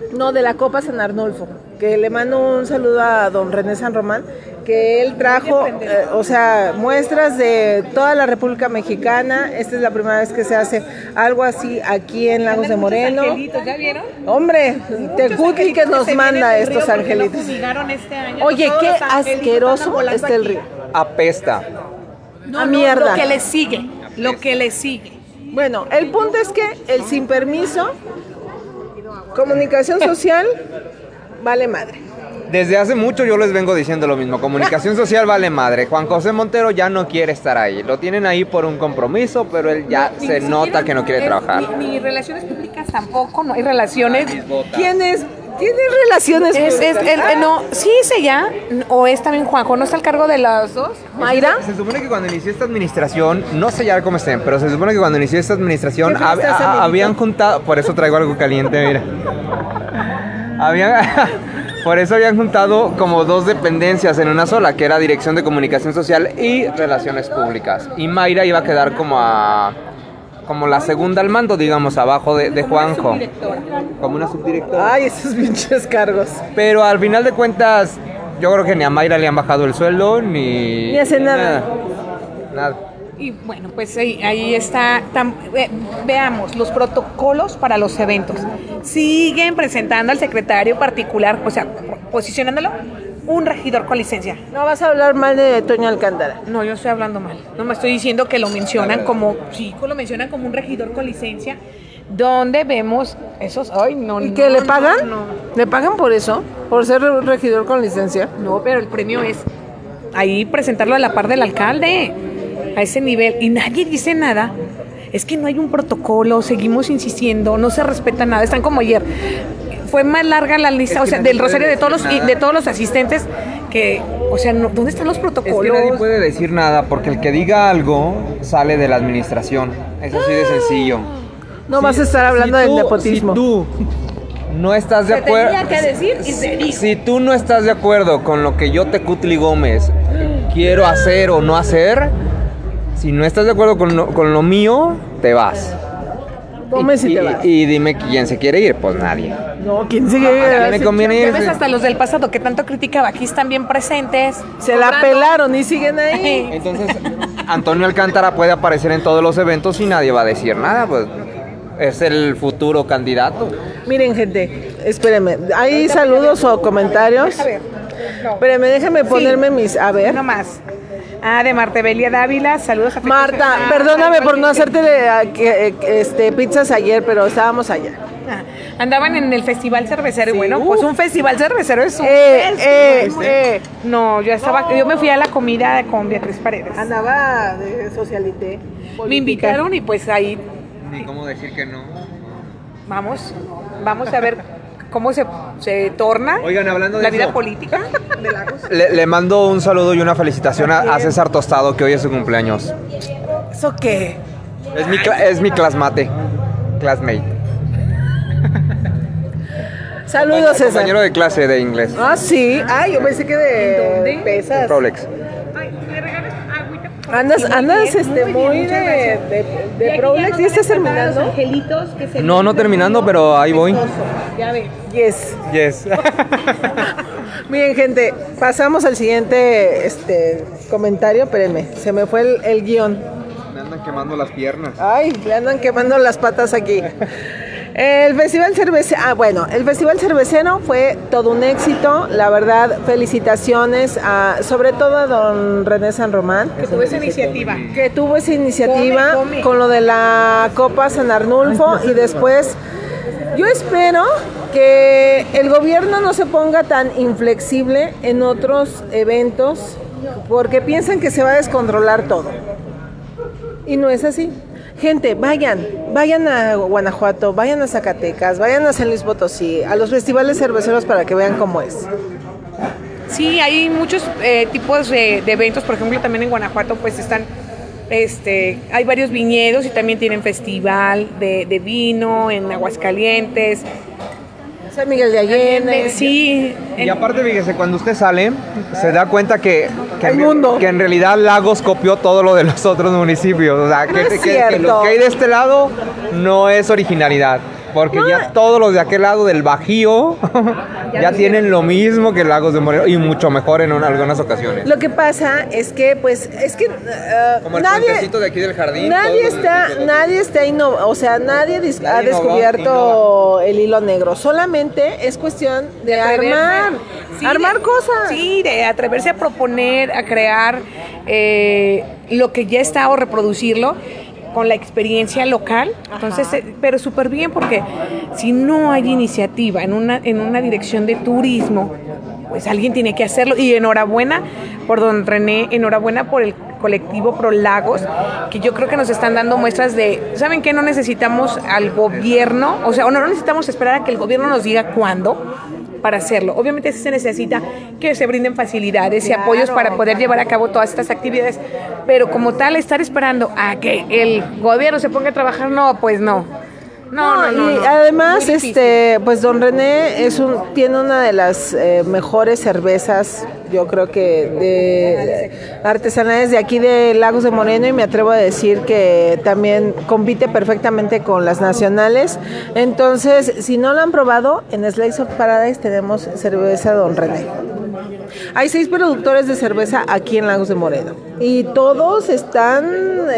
No, de la Copa San Arnulfo, que le mando un saludo a don René San Román, que él trajo, muestras de toda la República Mexicana. Esta es la primera vez que se hace algo así aquí en Lagos de Moreno. ¿Ya vieron? Hombre, Tecutli que nos manda estos angelitos. Oye, qué asqueroso está el río. Apesta. A mierda. Lo que le sigue. Bueno, el punto es que el sin permiso, comunicación social, vale madre. Desde hace mucho yo les vengo diciendo lo mismo. Comunicación social vale madre. Juan José Montero ya no quiere estar ahí. Lo tienen ahí por un compromiso, pero él ya se nota que no quiere trabajar. Ni relaciones públicas tampoco, no hay relaciones. ¿Quién relaciones públicas? No, sí es ella, o es también Juanjo, ¿no está al cargo de las dos? ¿Mayra? Se supone que cuando inició esta administración, no sé ya cómo estén, pero se supone que cuando inició esta administración habían juntado, por eso traigo algo caliente, mira. Por eso habían juntado como dos dependencias en una sola, que era Dirección de Comunicación Social y Relaciones Públicas. Y Mayra iba a quedar como la segunda al mando, digamos, abajo de Juanjo. Como una subdirectora. Ay, esos pinches cargos. Pero al final de cuentas, yo creo que ni a Mayra le han bajado el sueldo, ni hace nada. Nada. Y bueno, pues ahí está. Veamos los protocolos para los eventos. Siguen presentando al secretario particular, o sea, posicionándolo un regidor con licencia. No vas a hablar mal de Toño Alcántara. No, yo estoy hablando mal. No me estoy diciendo que lo mencionan como, sí, lo mencionan como un regidor con licencia, donde vemos esos, ay, no. ¿Y qué le pagan? No. ¿Le pagan por eso? ¿Por ser regidor con licencia? No, pero el premio es ahí presentarlo a la par del alcalde, a ese nivel, y nadie dice nada. Es que no hay un protocolo, seguimos insistiendo, no se respeta nada, están como ayer. Fue más larga la lista, o sea, del rosario de todos los asistentes que, o sea, ¿dónde están los protocolos? Es que nadie puede decir nada porque el que diga algo sale de la administración. Es así de sencillo. No vas a estar hablando del nepotismo. Si tú no estás de acuerdo, si tú no estás de acuerdo con lo que yo, Tecutli Gómez, quiero hacer o no hacer, si no estás de acuerdo con lo mío, te vas. Y dime quién se quiere ir, pues nadie. No, ¿quién se quiere ir? ¿A quién le conviene Ya irse? ves, hasta los del pasado que tanto criticaba, aquí están bien presentes. Se la pelaron y siguen ahí. Entonces, Antonio Alcántara puede aparecer en todos los eventos y nadie va a decir nada, pues es el futuro candidato. Miren, gente, espérenme, ¿hay saludos o comentarios? A ver. No. Espérenme, déjame ponerme mis... A ver. No más. De Martebelia Dávila, saludos a Marta, perdóname por no hacerte pizzas ayer, pero estábamos allá. Andaban en el festival cervecero, sí. Bueno, pues un festival cervecero es un No, yo me fui a la comida con Beatriz Paredes. Andaba de socialité. Me invitaron y pues ahí... Ni cómo decir que no. Vamos a ver cómo se torna. Oigan, hablando de la vida política de Lagos. Le mando un saludo y una felicitación a César Tostado, que hoy es su cumpleaños. ¿Eso qué? Es mi classmate. Saludos, César. Compañero de clase de inglés. Ah, sí. Ay, yo pensé que de pesas. De Prolex. ¿Le regalas agüita? Andas muy de Prolex. ¿Y estás terminando? No terminando, pero ahí voy. Ya ves. Yes. Miren, gente, pasamos al siguiente comentario. Espérenme, se me fue el guión. Me andan quemando las piernas. Ay, le andan quemando las patas aquí. El Festival Cervecero fue todo un éxito, la verdad, felicitaciones sobre todo a don René San Román. Que tuvo esa iniciativa. Come. Con lo de la Copa San Arnulfo. Y después, yo espero que el gobierno no se ponga tan inflexible en otros eventos, porque piensan que se va a descontrolar todo. Y no es así. Gente, vayan a Guanajuato, vayan a Zacatecas, vayan a San Luis Potosí, a los festivales cerveceros para que vean cómo es. Sí, hay muchos tipos de eventos, por ejemplo, también en Guanajuato pues están, hay varios viñedos y también tienen festival de vino en Aguascalientes. San Miguel de Allende. Sí. Y aparte, fíjese, cuando usted sale, se da cuenta que en realidad Lagos copió todo lo de los otros municipios. O sea, que lo que hay de este lado no es originalidad. Porque ya todos los de aquel lado del Bajío ya tienen lo mismo que Lagos de Moreno y mucho mejor en algunas ocasiones. Lo que pasa es que, como el puentecito de aquí del jardín. Nadie está o sea, nadie ha descubierto el hilo negro. Solamente es cuestión de armar cosas. Sí, de atreverse a proponer, a crear lo que ya está o reproducirlo con la experiencia local. Entonces, pero súper bien, porque si no hay iniciativa en una dirección de turismo, pues alguien tiene que hacerlo. Y enhorabuena por don René, enhorabuena por el colectivo Pro Lagos, que yo creo que nos están dando muestras de, ¿saben qué? No necesitamos al gobierno, o sea, no necesitamos esperar a que el gobierno nos diga cuándo para hacerlo. Obviamente sí se necesita que se brinden facilidades y apoyos para poder llevar a cabo todas estas actividades, pero como tal, estar esperando a que el gobierno se ponga a trabajar, no, pues no. No. Y además, pues don René tiene una de las mejores cervezas, yo creo que de artesanales de aquí de Lagos de Moreno, y me atrevo a decir que también compite perfectamente con las nacionales. Entonces, si no lo han probado, en Slice of Paradise tenemos cerveza don René. Hay 6 productores de cerveza aquí en Lagos de Moreno y todos están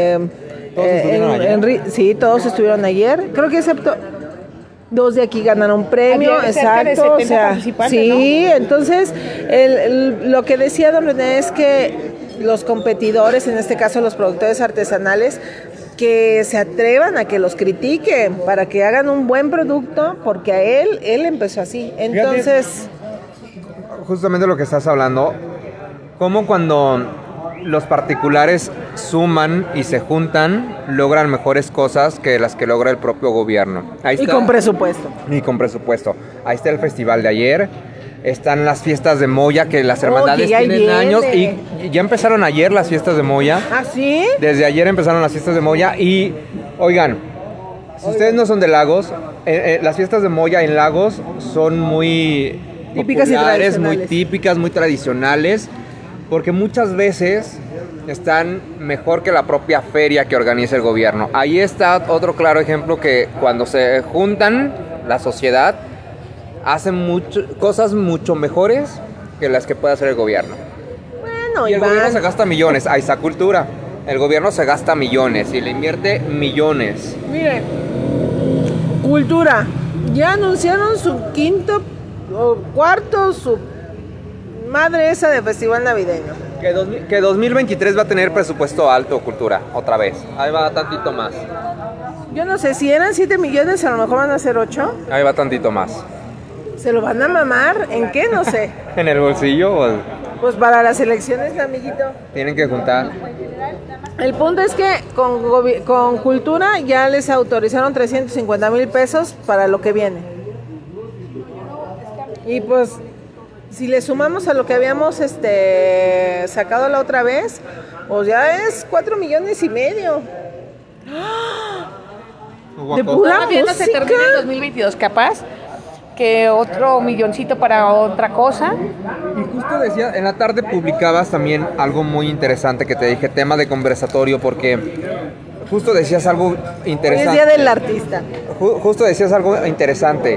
sí, todos estuvieron ayer. Creo que excepto 2 de aquí ganaron premio, exacto. O sea, sí, ¿no? Entonces lo que decía don René es que los competidores, en este caso los productores artesanales, que se atrevan a que los critiquen para que hagan un buen producto, porque a él empezó así. Entonces, justamente lo que estás hablando, como cuando los particulares suman y se juntan, logran mejores cosas que las que logra el propio gobierno. Ahí está. Y con presupuesto. Ahí está el festival de ayer. Están las fiestas de Moya, que las hermandades tienen años. Y ya empezaron ayer las fiestas de Moya. ¿Ah, sí? Desde ayer empezaron las fiestas de Moya. Y, oigan, si ustedes no son de Lagos, las fiestas de Moya en Lagos son muy típicas populares, muy típicas, muy tradicionales. Porque muchas veces están mejor que la propia feria que organiza el gobierno. Ahí está otro claro ejemplo, que cuando se juntan la sociedad, hacen cosas mucho mejores que las que puede hacer el gobierno. Bueno, y el gobierno se gasta millones. Ahí está cultura. El gobierno se gasta millones y le invierte millones. Miren, cultura. Ya anunciaron su cuarto, su madre esa de festival navideño. Que 2023 va a tener presupuesto alto, cultura, otra vez. Ahí va tantito más. Yo no sé, si eran 7 millones, a lo mejor van a ser 8. Ahí va tantito más. ¿Se lo van a mamar? ¿En qué? No sé. ¿En el bolsillo? Pues para las elecciones, amiguito. Tienen que juntar. El punto es que con cultura ya les autorizaron 350,000 pesos para lo que viene. Y pues, si le sumamos a lo que habíamos sacado la otra vez, pues ya es 4,5 millones. De pura música. No se termina en 2022, capaz que otro milloncito para otra cosa. Y justo decía, en la tarde publicabas también algo muy interesante que te dije, tema de conversatorio, porque justo decías algo interesante. Hoy es Día del Artista. Justo decías algo interesante.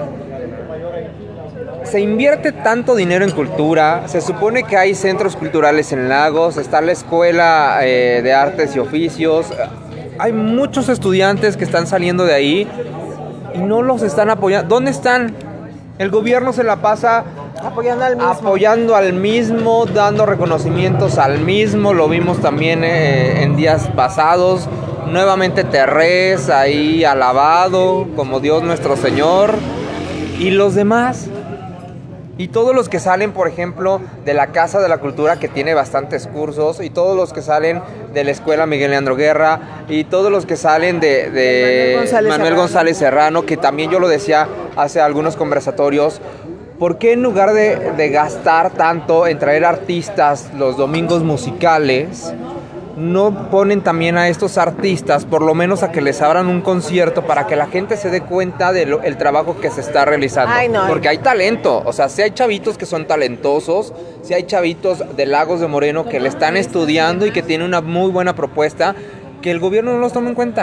Se invierte tanto dinero en cultura, se supone que hay centros culturales en Lagos, está la Escuela de Artes y Oficios, hay muchos estudiantes que están saliendo de ahí y no los están apoyando. ¿Dónde están? El gobierno se la pasa apoyando al mismo, dando reconocimientos al mismo. Lo vimos también en días pasados. Nuevamente Terrés ahí alabado como Dios nuestro Señor. Y los demás. Y todos los que salen, por ejemplo, de la Casa de la Cultura, que tiene bastantes cursos, y todos los que salen de la Escuela Miguel Leandro Guerra, y todos los que salen de Manuel González Serrano, que también yo lo decía hace algunos conversatorios, ¿por qué en lugar de gastar tanto en traer artistas los domingos musicales, no ponen también a estos artistas, por lo menos a que les abran un concierto para que la gente se dé cuenta del trabajo que se está realizando? Ay, no. Porque hay talento, o sea, si hay chavitos que son talentosos, si hay chavitos de Lagos de Moreno que le están estudiando y que tienen una muy buena propuesta, que el gobierno no los tome en cuenta.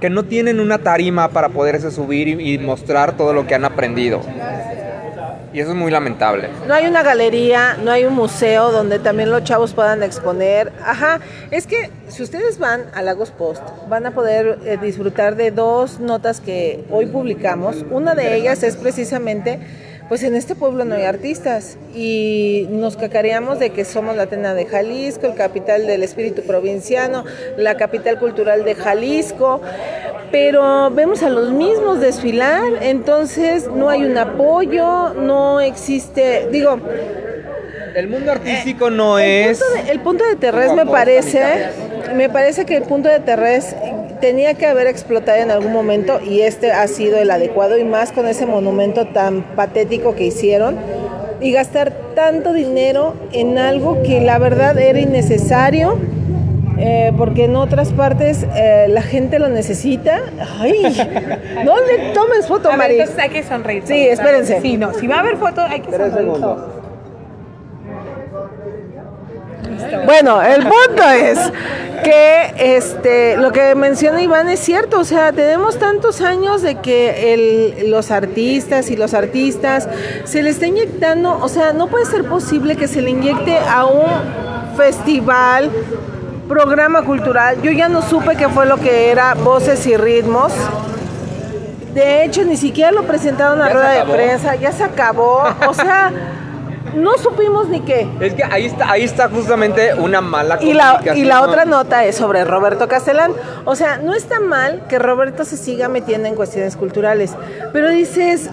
que no tienen una tarima para poderse subir y mostrar todo lo que han aprendido. Y eso es muy lamentable. No hay una galería, no hay un museo donde también los chavos puedan exponer. Ajá, es que si ustedes van a Lagos Post, van a poder disfrutar de 2 notas que hoy publicamos. Una de ellas es precisamente, pues en este pueblo no hay artistas y nos cacareamos de que somos la Atena de Jalisco, el capital del espíritu provinciano, la capital cultural de Jalisco, pero vemos a los mismos desfilar, entonces no hay un apoyo, no existe, digo... El mundo artístico no es... El punto de Terrés me parece que el punto de Terrés tenía que haber explotado en algún momento y este ha sido el adecuado y más con ese monumento tan patético que hicieron y gastar tanto dinero en algo que la verdad era innecesario. Porque en otras partes la gente lo necesita. Ay, no le tomes foto, Mari. Entonces hay que sonreír. Sí, espérense. Sí, no, si va a haber foto hay que sonreír. Bueno, el punto es que lo que menciona Iván es cierto, o sea, tenemos tantos años de que los artistas se le está inyectando, o sea, no puede ser posible que se le inyecte a un festival, programa cultural. Yo ya no supe qué fue lo que era Voces y Ritmos. De hecho, ni siquiera lo presentaron a rueda de prensa, ya se acabó, o sea, no supimos ni qué. Es que ahí está justamente una mala comunicación. Y la otra nota es sobre Roberto Castellán. O sea, no está mal que Roberto se siga metiendo en cuestiones culturales, pero dices,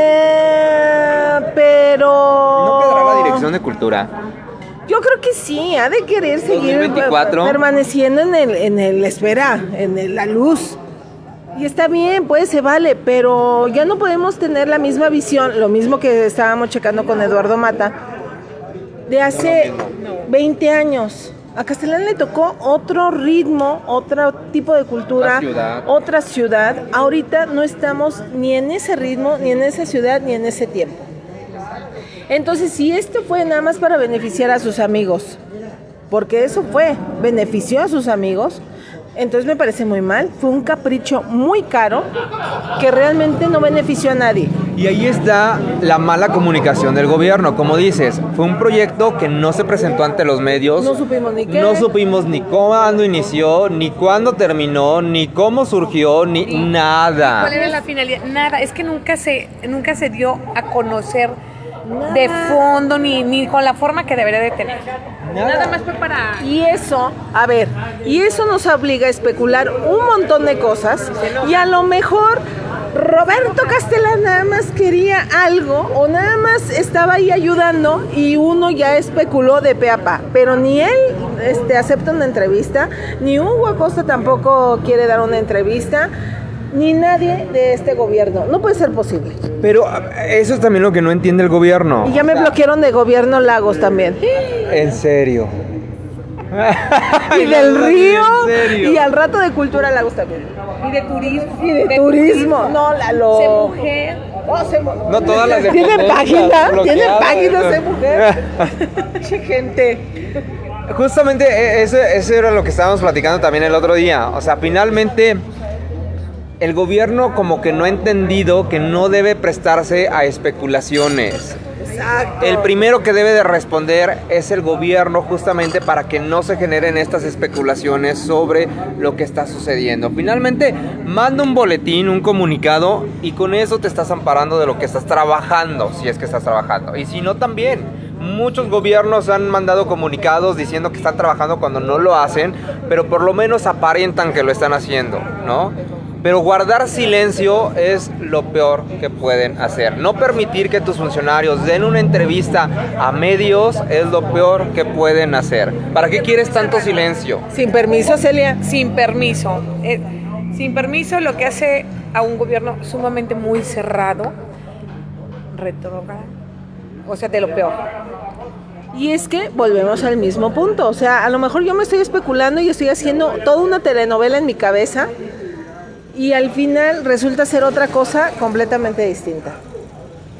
pero... ¿No quedará la Dirección de Cultura? Yo creo que sí, ha de querer seguir 2024. Permaneciendo en la luz. Y está bien, pues se vale, pero ya no podemos tener la misma visión, lo mismo que estábamos checando con Eduardo Mata, de hace 20 años. A Castellán le tocó otro ritmo, otro tipo de cultura, otra ciudad. Ahorita no estamos ni en ese ritmo, ni en esa ciudad, ni en ese tiempo. Entonces, si esto fue nada más para beneficiar a sus amigos, porque eso fue, benefició a sus amigos, entonces me parece muy mal. Fue un capricho muy caro que realmente no benefició a nadie. Y ahí está la mala comunicación del gobierno. Como dices, fue un proyecto que no se presentó ante los medios. No supimos ni qué. No supimos ni cuándo inició, ni cuándo terminó, ni cómo surgió, ni nada. ¿Cuál era la finalidad? Nada, es que nunca se dio a conocer de fondo ni con la forma que debería de tener. Nada más fue para... Y eso nos obliga a especular un montón de cosas y a lo mejor Roberto Castellán nada más quería algo o nada más estaba ahí ayudando y uno ya especuló de pe a pa, pero ni él acepta una entrevista, ni Hugo Acosta tampoco quiere dar una entrevista, ni nadie de este gobierno. No puede ser posible. Pero eso es también lo que no entiende el gobierno. Y ya me bloquearon de Gobierno Lagos también. En serio. Y del Río. Y al rato de Cultura Lagos también. Y de turismo. Y de turismo. No, Lalo. Se mujer. No todas las de ¿Tienen página? ¿Tienen páginas de mujer? Gente. Justamente eso era lo que estábamos platicando también el otro día. O sea, finalmente el gobierno como que no ha entendido que no debe prestarse a especulaciones. Exacto. El primero que debe de responder es el gobierno, justamente para que no se generen estas especulaciones sobre lo que está sucediendo. Finalmente, manda un boletín, un comunicado, y con eso te estás amparando de lo que estás trabajando, si es que estás trabajando. Y si no, también. Muchos gobiernos han mandado comunicados diciendo que están trabajando cuando no lo hacen, pero por lo menos aparentan que lo están haciendo, ¿no? Pero guardar silencio es lo peor que pueden hacer. No permitir que tus funcionarios den una entrevista a medios es lo peor que pueden hacer. ¿Para qué quieres tanto silencio? Sin permiso, Celia. Sin permiso. Sin permiso, lo que hace a un gobierno sumamente muy cerrado, retrógrado, o sea, de lo peor. Y es que volvemos al mismo punto. O sea, a lo mejor yo me estoy especulando y estoy haciendo toda una telenovela en mi cabeza, y al final resulta ser otra cosa completamente distinta.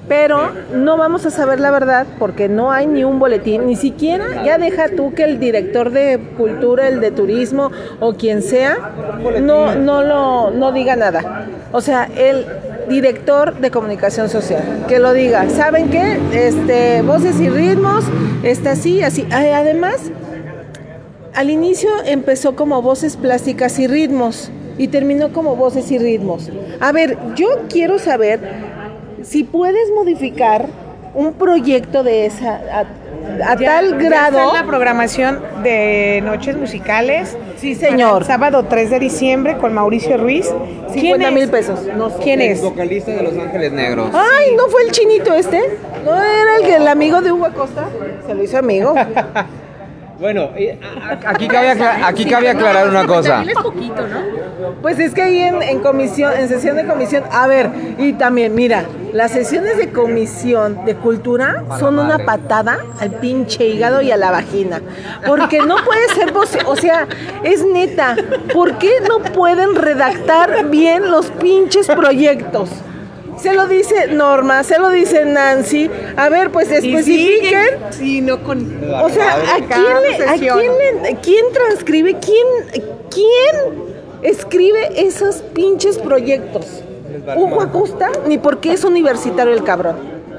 pero no vamos a saber la verdad porque no hay ni un boletín, ni siquiera, ya deja tú que el director de cultura, el de turismo o quien sea, no diga nada. O sea, el director de comunicación social, que lo diga. ¿Saben qué? Voces y ritmos, así. Además, al inicio empezó como voces plásticas y ritmos y terminó como voces y ritmos. A ver, yo quiero saber si puedes modificar un proyecto de esa a tal grado. Ya está en la programación de Noches Musicales. Sí, señor. Sábado 3 de diciembre con Mauricio Ruiz. 50,000 pesos. No sé. ¿Quién es? El vocalista de Los Ángeles Negros. Ay, ¿no fue el chinito este? ¿No era el amigo de Hugo Acosta? Se lo hizo amigo. Bueno, aquí cabe aclarar una cosa. Es poquito, ¿no? Pues es que ahí en comisión, en sesión de comisión, a ver, y también, mira, las sesiones de comisión de cultura son una patada al pinche hígado y a la vagina. Porque no puede ser posible, o sea, es neta, ¿por qué no pueden redactar bien los pinches proyectos? Se lo dice Norma, se lo dice Nancy. A ver, pues especifiquen. Sí, no con. O sea, ¿quién transcribe? ¿Quién escribe esos pinches proyectos? Hugo Acosta, ni porque es universitario el cabrón.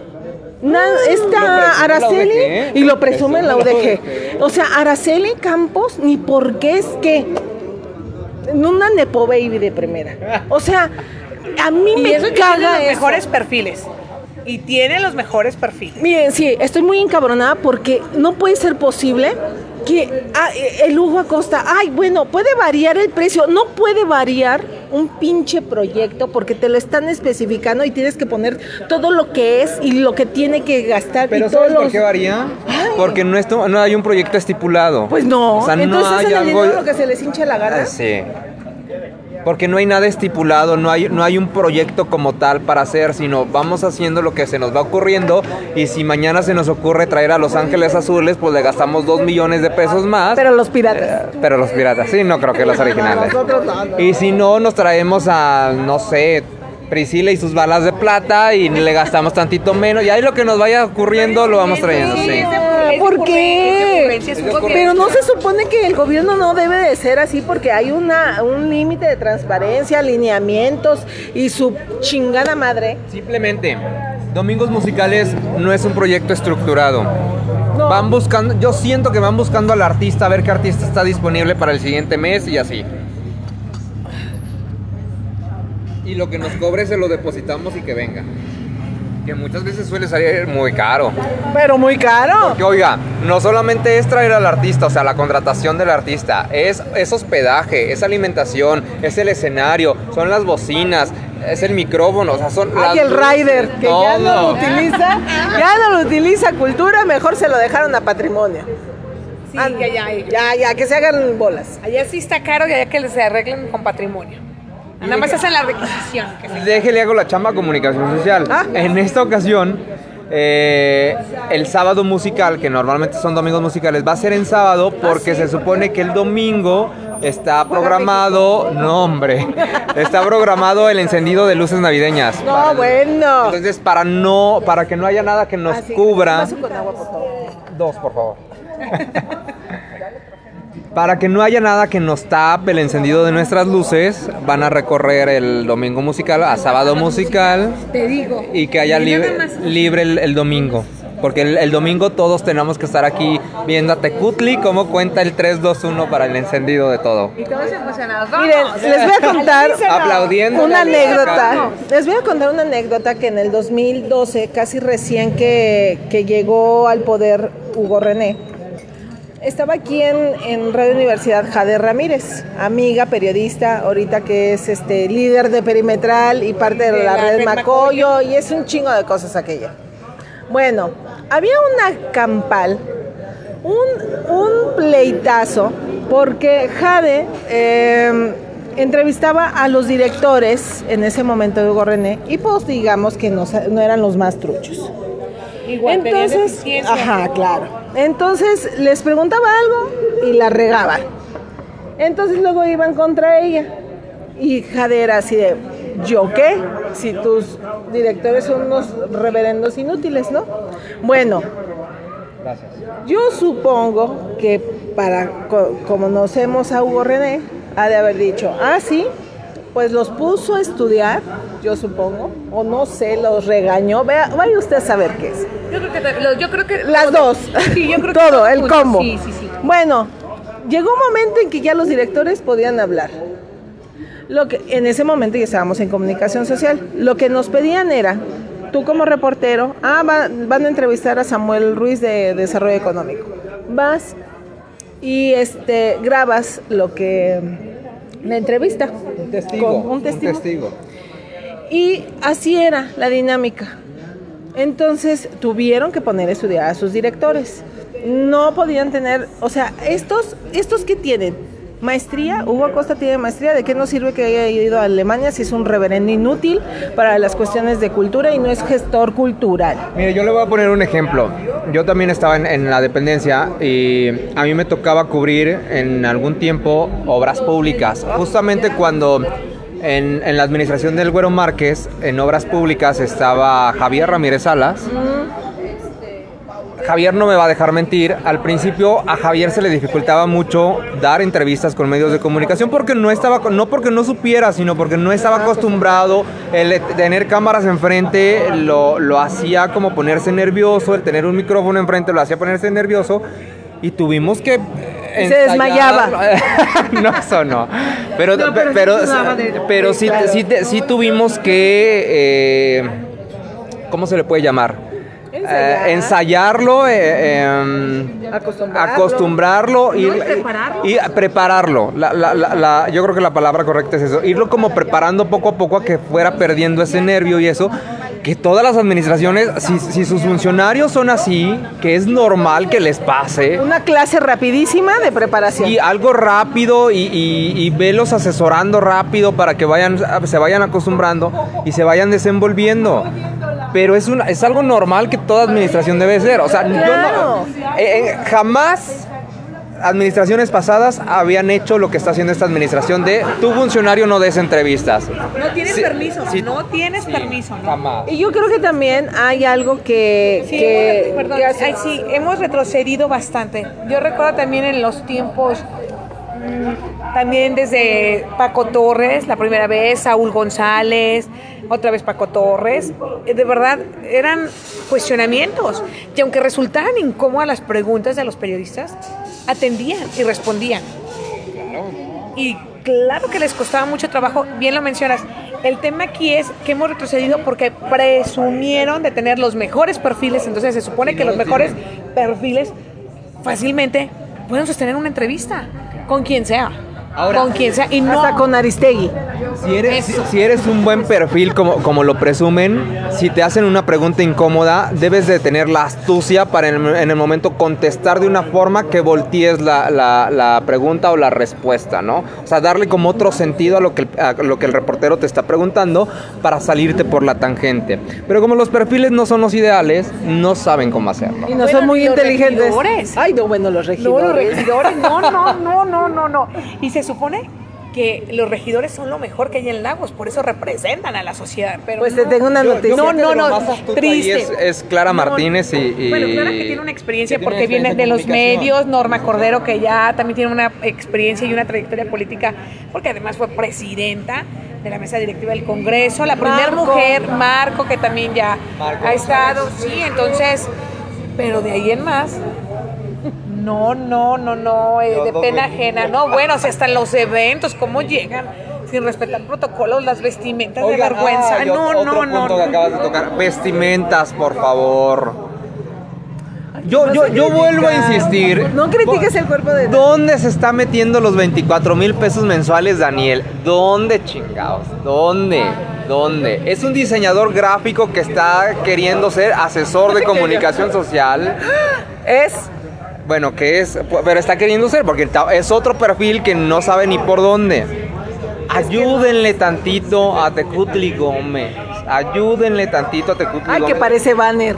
Está Araceli y lo presume en la UDG. O sea, Araceli Campos, ni porque es que una nepo baby de primera. O sea, a mí me caga los mejores perfiles. Y tiene los mejores perfiles. Miren, sí, estoy muy encabronada porque no puede ser posible que el Hugo Acosta, puede variar el precio, no puede variar un pinche proyecto porque te lo están especificando y tienes que poner todo lo que es y lo que tiene que gastar. Pero ¿sabes por qué varía? Porque no hay un proyecto estipulado. Pues no, o sea, entonces no hay hacen algo... lo que se les hincha la gana. Sí. Porque no hay nada estipulado, no hay un proyecto como tal para hacer, sino vamos haciendo lo que se nos va ocurriendo y si mañana se nos ocurre traer a Los Ángeles Azules, pues le gastamos 2 millones de pesos más. Pero los piratas. Sí, no creo que los originales. Y si no, nos traemos a, no sé, Priscila y sus balas de plata y le gastamos tantito menos y ahí lo que nos vaya ocurriendo lo vamos trayendo, sí. ¿Por qué? Pero no se supone que el gobierno no debe de ser así porque hay un límite de transparencia, alineamientos y su chingada madre. Simplemente, Domingos Musicales no es un proyecto estructurado. No. Van buscando, yo siento que van buscando al artista, a ver qué artista está disponible para el siguiente mes y así. Y lo que nos cobre se lo depositamos y que venga. Que muchas veces suele salir muy caro. Pero muy caro. Porque oiga, no solamente es traer al artista, o sea, la contratación del artista, es hospedaje, es alimentación, es el escenario, son las bocinas, es el micrófono, o sea, son las... el rider, que ya no lo utiliza Cultura, mejor se lo dejaron a Patrimonio. Sí, ya, que se hagan bolas. Allá sí está caro y allá que se arreglen con Patrimonio. Nada más hacen la requisición. Déjele hago la chamba a Comunicación Social. En esta ocasión, el sábado musical, que normalmente son domingos musicales, va a ser en sábado porque se supone que el domingo está programado, está programado el encendido de luces navideñas. Bueno. Entonces, para que no haya nada que nos cubra. Vaso con agua, por favor. 2, por favor. Para que no haya nada que nos tape el encendido de nuestras luces, van a recorrer el domingo musical a sábado musical. Te digo. Y que haya libre el domingo. Porque el domingo todos tenemos que estar aquí viendo a Tecutli cómo cuenta el 3, 2, 1 para el encendido de todo. Y todos emocionados. Miren, les voy a contar aplaudiendo una anécdota. Les voy a contar una anécdota que en el 2012, casi recién que llegó al poder Hugo René, estaba aquí en Radio Universidad Jade Ramírez, amiga, periodista, ahorita que es líder de Perimetral y parte de la red Macoyo, y es un chingo de cosas aquella. Bueno, había una campal, un pleitazo, porque Jade entrevistaba a los directores en ese momento de Hugo René, y pues digamos que no eran los más truchos. Igual, entonces, claro. Entonces les preguntaba algo y la regaban. Entonces luego iban contra ella. Y Jade era así de, ¿yo qué? Si tus directores son unos reverendos inútiles, ¿no? Bueno, Gracias. yo supongo que como conocemos a Hugo René, ha de haber dicho, sí, pues los puso a estudiar, yo supongo, o no sé, los regañó. Vaya usted a saber qué es. Yo creo que las dos. Sí, yo creo que todo, el combo. Sí. Bueno, llegó un momento en que ya los directores podían hablar. En ese momento ya estábamos en comunicación social. Lo que nos pedían era, tú como reportero, van a entrevistar a Samuel Ruiz de Desarrollo Económico. Vas y grabas la entrevista. Un testigo. Un testigo. Y así era la dinámica. Entonces tuvieron que poner a estudiar a sus directores. No podían tener, o sea, estos que tienen maestría, Hugo Acosta tiene maestría, ¿de qué nos sirve que haya ido a Alemania si es un reverendo inútil para las cuestiones de cultura y no es gestor cultural? Mire, yo le voy a poner un ejemplo. Yo también estaba en la dependencia y a mí me tocaba cubrir en algún tiempo obras públicas. Justamente cuando en la administración del Güero Márquez, en obras públicas, estaba Javier Ramírez Salas. Javier no me va a dejar mentir, al principio a Javier se le dificultaba mucho dar entrevistas con medios de comunicación porque no porque no supiera, sino porque no estaba acostumbrado. El tener cámaras enfrente lo hacía como ponerse nervioso, el tener un micrófono enfrente lo hacía ponerse nervioso y tuvimos que se desmayaba. No, eso no. Pero sí tuvimos que ¿cómo se le puede llamar? Ensayarlo, acostumbrarlo y prepararlo. Yo creo que la palabra correcta es eso. Irlo como preparando poco a poco a que fuera perdiendo ese nervio y eso. Que todas las administraciones, si sus funcionarios son así, que es normal que les pase. Una clase rapidísima de preparación. Y algo rápido y velos asesorando rápido para que se vayan acostumbrando y se vayan desenvolviendo. Pero es algo normal que toda administración debe ser. O sea, claro. Jamás administraciones pasadas habían hecho lo que está haciendo esta administración de tu funcionario no des entrevistas. No tienes permiso, no tienes permiso. ¿No? Jamás. Y yo creo que también hay algo hemos retrocedido bastante. Yo recuerdo también en los tiempos, también desde Paco Torres, la primera vez, Saúl González, otra vez Paco Torres, de verdad eran cuestionamientos y aunque resultaran incómodas las preguntas de los periodistas, atendían y respondían. Y claro que les costaba mucho trabajo, bien lo mencionas. El tema aquí es que hemos retrocedido porque presumieron de tener los mejores perfiles, entonces se supone que los mejores perfiles fácilmente pueden sostener una entrevista con quien sea. Ahora, con quien sea y no hasta con Aristegui. Si eres un buen perfil como lo presumen, si te hacen una pregunta incómoda, debes de tener la astucia para en el momento contestar de una forma que voltees la pregunta o la respuesta, ¿no? O sea, darle como otro sentido a lo que el reportero te está preguntando para salirte por la tangente. Pero como los perfiles no son los ideales, no saben cómo hacerlo. Y no son muy inteligentes. Regidores. Ay, no, bueno, los regidores. No, los regidores, no. Y se supone que los regidores son lo mejor que hay en Lagos, por eso representan a la sociedad. Pero pues te tengo una noticia. Triste. Es Clara Martínez y... Bueno, Clara que tiene una experiencia porque viene de los medios, Norma Cordero que ya también tiene una experiencia y una trayectoria política, porque además fue presidenta de la mesa directiva del Congreso, la primera mujer, Marco, que también ya ha estado, sí, entonces, pero de ahí en más... No, de pena ajena. No, bueno, o sea, hasta en los eventos, ¿cómo llegan? Sin respetar protocolos, las vestimentas de vergüenza. Otro punto que acabas de tocar. Vestimentas, por favor. Yo vuelvo a insistir. No critiques el cuerpo de... ¿Dónde se está metiendo los 24,000 pesos mensuales, Daniel? ¿Dónde, chingados? ¿Dónde? Es un diseñador gráfico que está queriendo ser asesor de comunicación social. Bueno, pero está queriendo ser, porque es otro perfil que no sabe ni por dónde. Ayúdenle tantito a Tecutli Gómez. Ay, que parece banner.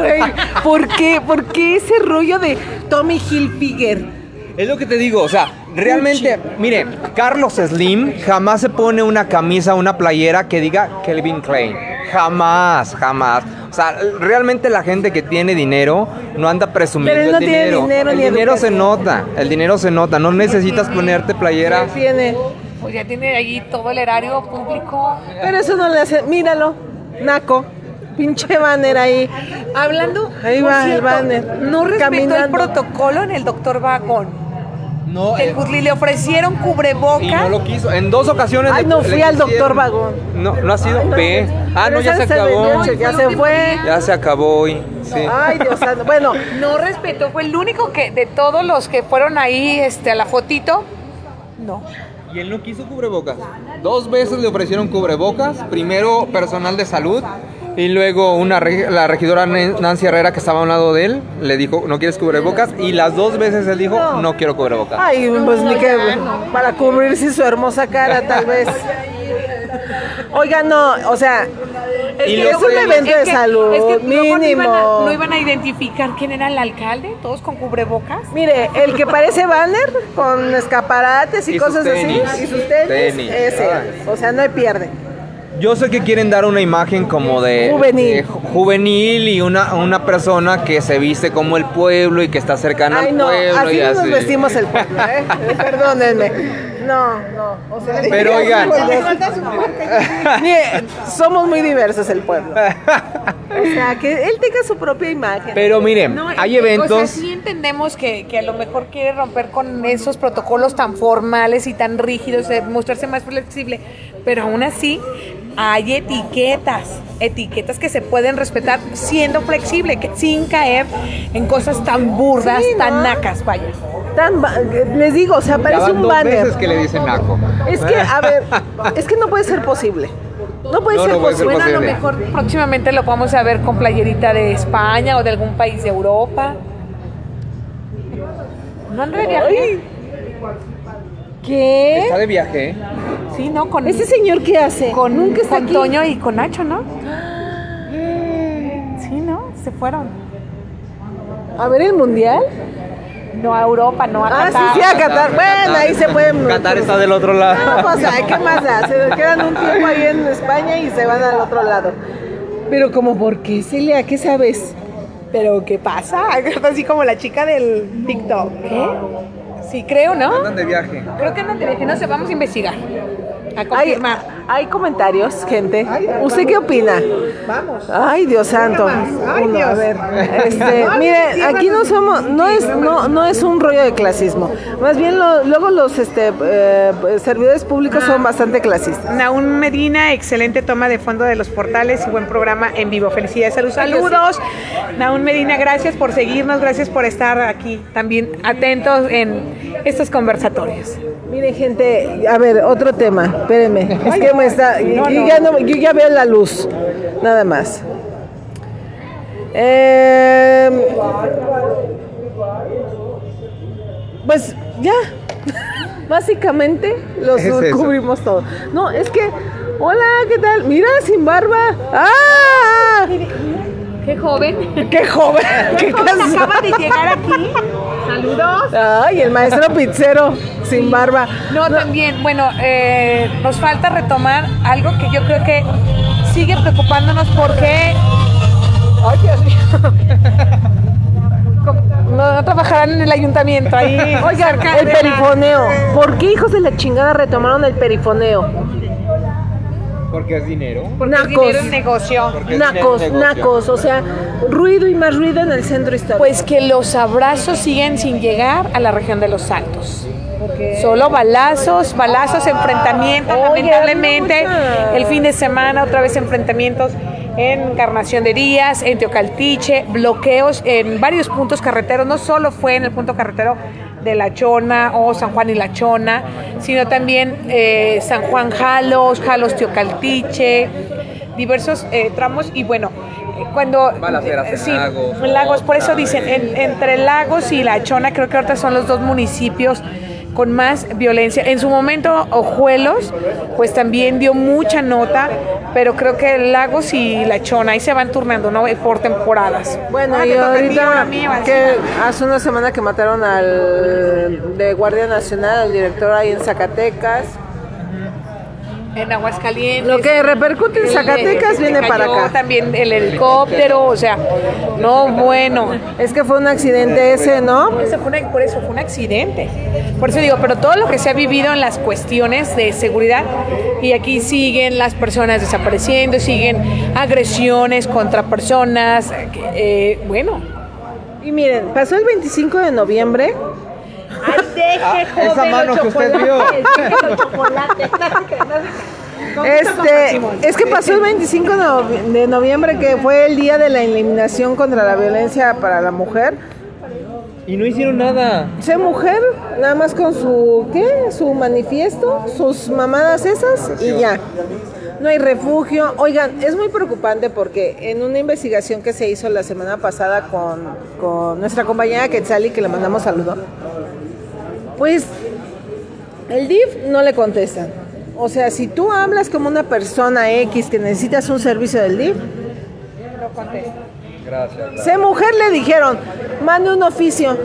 ¿Por qué ese rollo de Tommy Hilfiger? Es lo que te digo, o sea, Realmente, mire, Carlos Slim jamás se pone una camisa, una playera que diga Calvin Klein. Jamás. O sea, realmente la gente que tiene dinero no anda presumiendo Pero no el dinero. tiene dinero El ni dinero se educación. nota, el dinero se nota. No necesitas ponerte playera. Tiene. Pues ya tiene allí todo el erario público. Pero eso no le hace. Míralo, naco. Pinche banner ahí. Hablando, Ahí por va el cierto, banner. no respetó el Caminando. protocolo en el doctor Vagón. No, El Putli le ofrecieron y cubrebocas. no lo quiso. En 2 ocasiones. Ay, no fui al doctor Vagón. No ha sido. Ve. Ah, Pero no, ya se ese es el acabó. 28, ya se fue. Ya se acabó hoy. Sí. Ay, Dios santo. Bueno, No respetó, fue el único que de todos los que fueron ahí a la fotito, no. Y él no quiso cubrebocas. 2 veces le ofrecieron cubrebocas. Primero personal de salud. Y luego la regidora Nancy Herrera, que estaba a un lado de él, le dijo, ¿no quieres cubrebocas? Y las 2 veces él dijo, no quiero cubrebocas. ay, pues ni que para cubrirse su hermosa cara, tal vez. Oiga, no, o sea, Y es los un premios. evento de salud, luego mínimo. no iban a identificar quién era el alcalde, todos con cubrebocas. Mire, el que parece banner con escaparates y Y sus cosas tenis. así, y sus tenis, ese, Ay. o sea, no hay pierde. Yo sé que quieren dar una imagen como de juvenil y una persona que se viste como el pueblo y que está cercana Ay, al no, pueblo así y no así. nos vestimos el pueblo, perdónenme. No, o sea, Pero oigan. Mire, somos muy diversos el pueblo. O sea, que él tenga su propia imagen. Pero miren, hay eventos. O sea, sí entendemos que a lo mejor quiere romper con esos protocolos tan formales y tan rígidos, de mostrarse más flexible, pero aún así hay etiquetas que se pueden respetar siendo flexible, sin caer en cosas tan burdas, Sí, ¿no? tan nacas, vaya. Les digo, o sea, Ya parece van un 2 banner. veces que le dicen naco. Es que, a ver, es que no puede ser posible. No puede No, ser no puede ser posible. Bueno, a lo posible. mejor próximamente lo vamos a ver con playerita de España o de algún país de Europa. ¿No anda de viaje? Ay. ¿Qué? Está de viaje. Sí, ¿no? Con, ¿Ese señor qué hace? Nunca está con aquí. Toño y con Nacho, ¿no? Sí, ¿no? Se fueron. A ver el mundial. No a Europa, no a Ah, sí, Qatar. sí, a Qatar. Bueno, ahí se pueden. Qatar está del otro lado. No, pues, ay, ¿qué más da? Se quedan un tiempo ahí en España y se van al otro lado. Pero como, ¿por qué, Celia? ¿Qué sabes? ¿Pero qué pasa? Así como la chica del TikTok. ¿Qué? Sí, creo, ¿no? Andan de viaje. Creo que andan de viaje. No sé, vamos a investigar. A Hay, confirmar. hay comentarios, gente. ¿Usted qué opina? Vamos. Ay, Dios santo. Ay, A ver, mire, aquí no somos, no es un rollo de clasismo. Más bien luego los servidores públicos son bastante clasistas. Naún Medina, excelente toma de fondo de los portales y buen programa en vivo. Felicidades, saludos. Naún Medina, gracias por seguirnos, gracias por estar aquí también atentos en estos conversatorios. Miren, gente, a ver, otro tema. Espérenme. Es que me está. Yo ya veo la luz. Nada más. Pues ya. Básicamente los Es eso. cubrimos todo. No, es que. Hola, ¿qué tal? Mira, sin barba. ¡Ah! Qué joven. ¡Qué joven! ¡Qué cansado! Acaba de llegar aquí. Saludos. Ay, el maestro pizzero sin barba. No, también, bueno, nos falta retomar algo que yo creo que sigue preocupándonos porque... Ay, Dios mío. No trabajarán en el ayuntamiento ahí. Oigan, el perifoneo. ¿Por qué hijos de la chingada retomaron el perifoneo? Porque es dinero. Porque Nacos. el dinero es negocio. Porque es dinero, negocio. Nacos, o sea, ruido y más ruido en el centro histórico. Pues que los abrazos siguen sin llegar a la región de Los Altos. Solo balazos, enfrentamientos, Oye, lamentablemente mucha. el fin de semana otra vez enfrentamientos en Encarnación de Díaz, en Teocaltiche, bloqueos en varios puntos carreteros, no solo fue en el punto carretero de La Chona o San Juan y La Chona, sino también San Juan Jalos, Teocaltiche, diversos tramos y bueno, cuando Balaceras en Lagos. Lagos, por eso dicen entre Lagos y La Chona creo que ahorita son los dos municipios con más violencia. En su momento Ojuelos pues también dio mucha nota, pero creo que Lagos y La Chona ahí se van turnando, ¿no? Por temporadas. Bueno, y ahorita que hace una semana que mataron al de Guardia Nacional, al director ahí en Zacatecas. En Aguascalientes. Lo que repercute en Zacatecas viene para acá. También el helicóptero, o sea, no, bueno. Es que fue un accidente ese, ¿no? Por eso fue un accidente. Por eso digo, pero todo lo que se ha vivido en las cuestiones de seguridad, y aquí siguen las personas desapareciendo, siguen agresiones contra personas, bueno. Y miren, pasó el 25 de noviembre. Ay, deje, joven, esa mano que usted vio. Es que pasó el 25 de noviembre, que fue el día de la eliminación contra la violencia para la mujer. Y no hicieron nada. Sé mujer, nada más con su, ¿qué? Su manifiesto, sus mamadas esas y ya. No hay refugio. Oigan, es muy preocupante porque en una investigación que se hizo la semana pasada con nuestra compañera Quetzali, que le mandamos saludo, pues el DIF no le contestan. O sea, si tú hablas como una persona X que necesitas un servicio del DIF, no contesta. Gracias. Sé mujer, le dijeron, mande un oficio.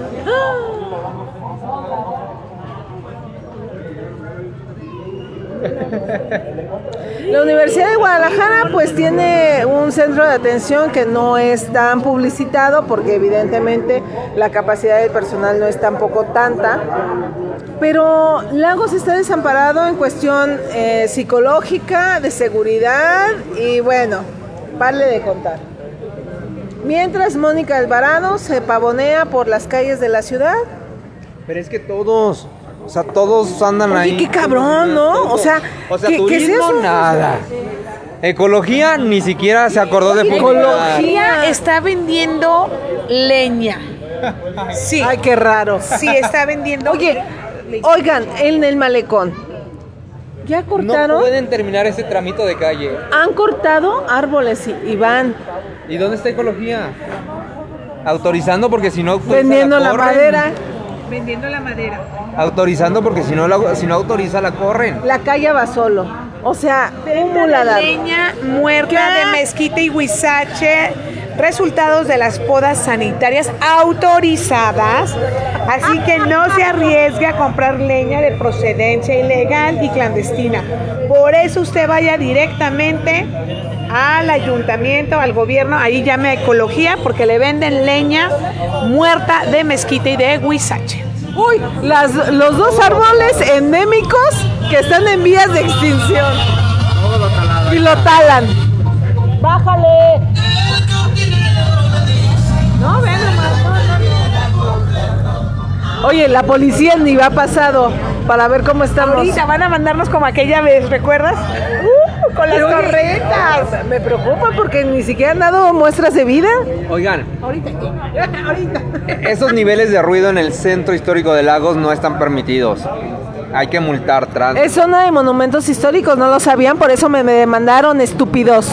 La Universidad de Guadalajara pues tiene un centro de atención que no es tan publicitado porque evidentemente la capacidad del personal no es tampoco tanta, pero Lagos está desamparado en cuestión psicológica, de seguridad y bueno, pare de contar. Mientras Mónica Alvarado se pavonea por las calles de la ciudad. Pero es que todos... O sea, todos andan ahí. Oye, qué cabrón, ¿no? O sea, turismo, ¿qué es eso? Nada. Ecología ni siquiera se acordó de publicar. Ecología está vendiendo leña. Sí. Ay, qué raro. Sí, está vendiendo. Oye, oigan, en el malecón, ¿ya cortaron? No pueden terminar ese tramito de calle. Han cortado árboles y van. ¿Y dónde está ecología? Autorizando porque si no... Vendiendo la madera. Vendiendo la madera. Autorizando porque si no autoriza la corren. La calle va solo. O sea, un muladar. Leña muerta de mezquite y huizache, resultados de las podas sanitarias autorizadas. Así que no se arriesgue a comprar leña de procedencia ilegal y clandestina. Por eso usted vaya directamente al ayuntamiento, al gobierno, ahí llame a ecología porque le venden leña muerta de mezquite y de huizache. Uy, los dos árboles endémicos que están en vías de extinción. Y lo talan. ¡Bájale! No, ven nomás. Oye, la policía ni va pasado para ver cómo estamos. Ahorita van a mandarnos como aquella vez, ¿recuerdas? Con las torretas. Me preocupa porque ni siquiera han dado muestras de vida. Oigan, ahorita. Esos niveles de ruido en el centro histórico de Lagos no están permitidos. Hay que multar tránsito. Es zona de monumentos históricos, no lo sabían, por eso me demandaron, estúpidos.